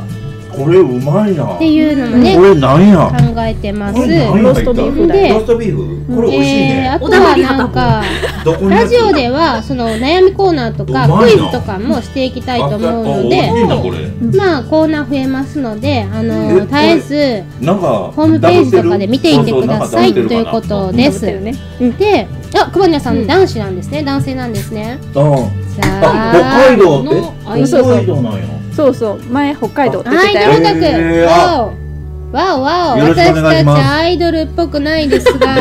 これうまいな。 っていうのもね、 これなんや。 考えてます。 ローストビーフだよ。 ローストビーフ。これ美味しいね。 あとはなんかラジオではその悩みコーナーとかクイズとかもしていきたいと思うので、まあコーナー増えますので、絶えずホームページとかで見ていてくださいということです。で、くばにゃさん男子なんですね、男性なんですね。 北海道って北海道なんや。 そうそう、前北海道って言ってたよ。 はい、とにかくわお、私たちアイドルっぽくないですが、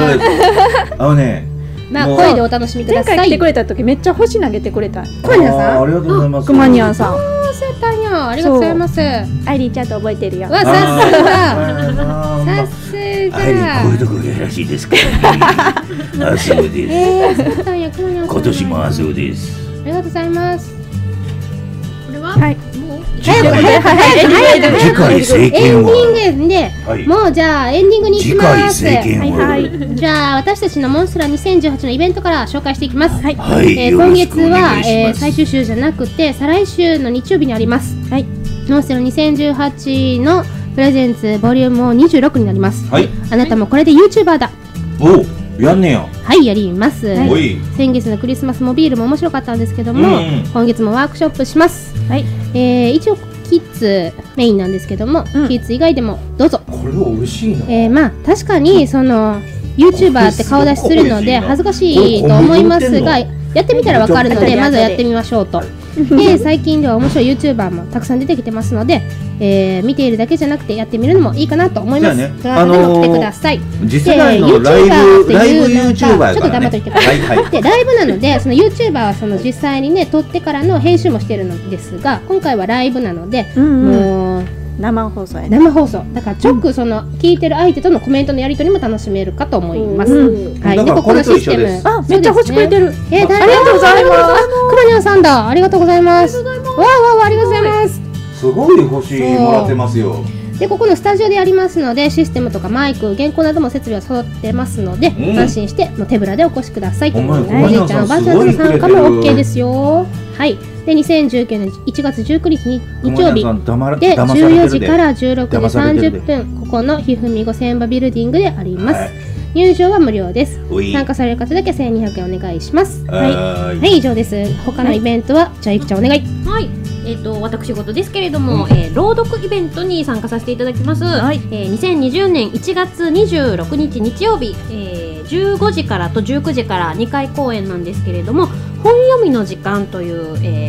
まあ声でお楽しみください。 前回来てくれた時めっちゃ星投げてくれた。 くまにゃんさん、 ありがとうございます。 くまにゃんさん。 そうたんや、ありがとうございます。 アイリーちゃんと覚えてるよ。 わ、さすが。さすが。 アイリーこういうところがらしいですからね。そうです。今年もあそうです。 ありがとうございます。 これははい。 次回政権はエンディングで、もうじゃあエンディングに行きます。じゃあ私たちのモンストラ2018のイベントから紹介していきます。今月は最終週じゃなくて再来週の日曜日にあります。モンストラ2018のプレゼンツボリューム26になります。あなたもこれで YouTuber だ。 お、やんねや。 はい、やります。先月のクリスマスモビールも面白かったんですけども、今月もワークショップします。一応キッズメインなんですけども、キッズ以外でもどうぞ。 これは美味しいな。 まあ確かにその YouTuber って顔出しするので恥ずかしいと思いますが、やってみたらわかるのでまずはやってみましょうと。で、最近では面白い YouTuber もたくさん出てきてますので、見ているだけじゃなくてやってみるのもいいかなと思います。どなたでも来てください。 次世代のライブ YouTuber ちょっと黙っといてください。で、ライブなのでその YouTuber はその実際にね撮ってからの編集もしてるのですが、今回はライブなのでもう生放送やね。 生放送だから直その聞いてる相手とのコメントのやり取りも楽しめるかと思います。はい。で、ここのシステム、 めっちゃ欲しくれてる。 ありがとうございます。くまにゃんさんだ。ありがとうございます。わあ、ありがとうございます。 すごい星もらってますよ。 で、ここのスタジオでやりますので、システムとかマイク、原稿なども設備は揃ってますので、安心してもう手ぶらでお越しください。おじいちゃんおばあちゃんの参加も OK ですよ。はい。で、2019年1月19日日曜日で14時から16時30分、ここのひふみご千葉ビルディングであります。入場は無料です。参加される方だけ1200円お願いします。はい、以上です。他のイベントは、じゃあゆきちゃんお願い。 はい。私事ですけれども、朗読イベントに参加させていただきます。2020年1月26日日曜日、15時からと19時から2回公演なんですけれども、本読みの時間という、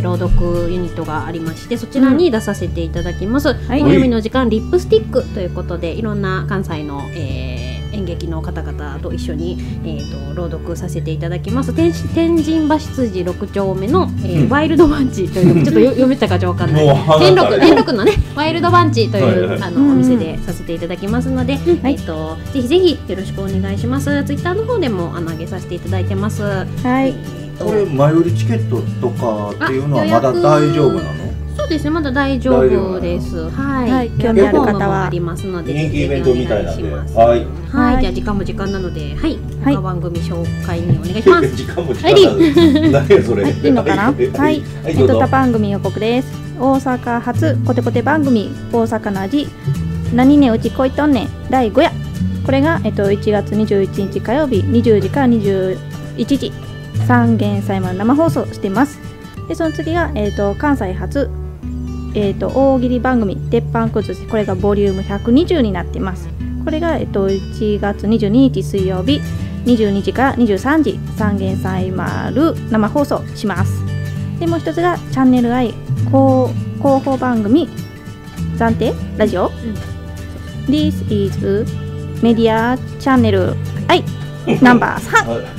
朗読ユニットがありまして、そちらに出させていただきます。本読みの時間リップスティックということで、いろんな関西の、演劇の方々と一緒に、朗読させていただきます。天神橋筋6丁目の、ワイルドバンチというちょっと読めたかわかんない天禄のねワイルドバンチという、お店でさせていただきますので、ぜひぜひよろしくお願いします。ツイッターの方でも上げさせていただいてます。 はい。 これ前売りチケットとかっていうのはまだ大丈夫なの？ そうですね、まだ大丈夫です。はい。 興味ある方はありますので、 人気イベントみたいなんで、 はい。じゃあ時間も時間なので、はい。番組紹介にお願いします。 時間も時間なので、何やそれ。 いいのかな？はい。他番組予告です。大阪発コテコテ番組大阪の味何ねうちこいとんねん第5夜。これが1月21日火曜日20時から21時三元祭まで生放送しています。でその次が関西初大喜利番組鉄板崩し、これがボリューム120になっています。これが1月22日水曜日22時から23時三元祭丸生放送します。でもう一つがチャンネル I 広報番組暫定ラジオ、This is メディアチャンネル I ナンバー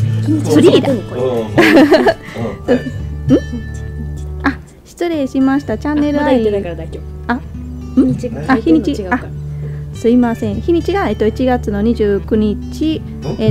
3だ。あ、失礼しました。チャンネル I 日にちすいません。日にちが1月の29日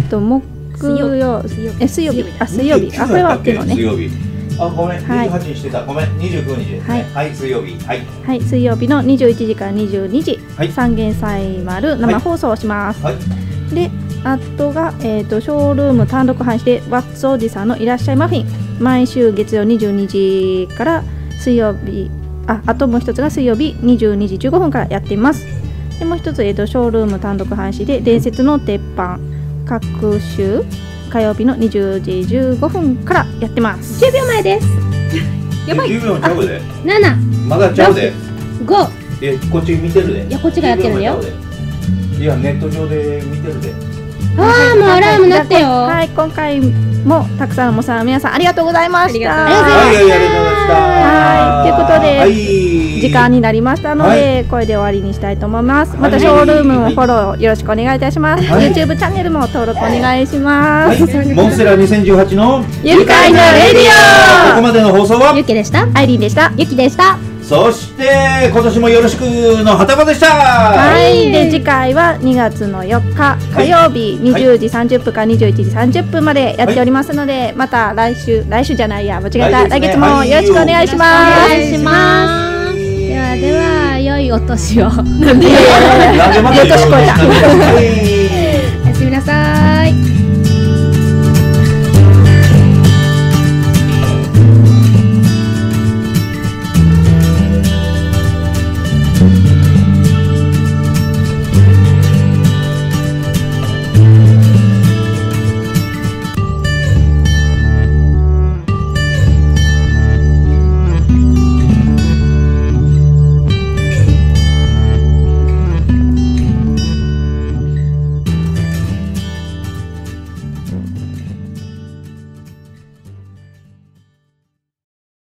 水曜日これは合ってるのね。 あ、ごめん、28にしてた。ごめん、29日ですね。はい、水曜日。 はい、水曜日の21時から22時、三元祭丸生放送をします。で、あとがショールーム単独販してワッツおじさんのいらっしゃいマフィン、毎週月曜22時から水曜日あともう一つが水曜日22時15分からやっています。でもう一つ、ショールーム単独配信で伝説の鉄板各週火曜日の20時15分からやってます。 10秒前です。 やばい。 10秒ちゃうで。 7、 まだちゃうで。 5。 こっち見てるで。 いや、こっちがやってるんだよ。 いや、ネット上で見てるで。 ああ、もうアラーム鳴ってよ。 はい、今回もたくさんの皆さんありがとうございました。 はい、ありがとうございました。 はい、ということで、時間になりましたので、これで終わりにしたいと思います。またショールームフォローよろしくお願いいたします。YouTube チャンネルも登録お願いします。 モンステラ2018のゆりかいのレディオ。 ここまでの放送はゆきでした。 アイリンでした。 ゆきでした。 そして今年もよろしくのはたまでした。 はい、で次回は2月の4日火曜日20時30分から21時30分までやっておりますので、また来週じゃないや、間違えた、来月もよろしくお願いします。 お願いします。 では良いお年を。 なんでまた良いお年こえた。 おやすみなさい。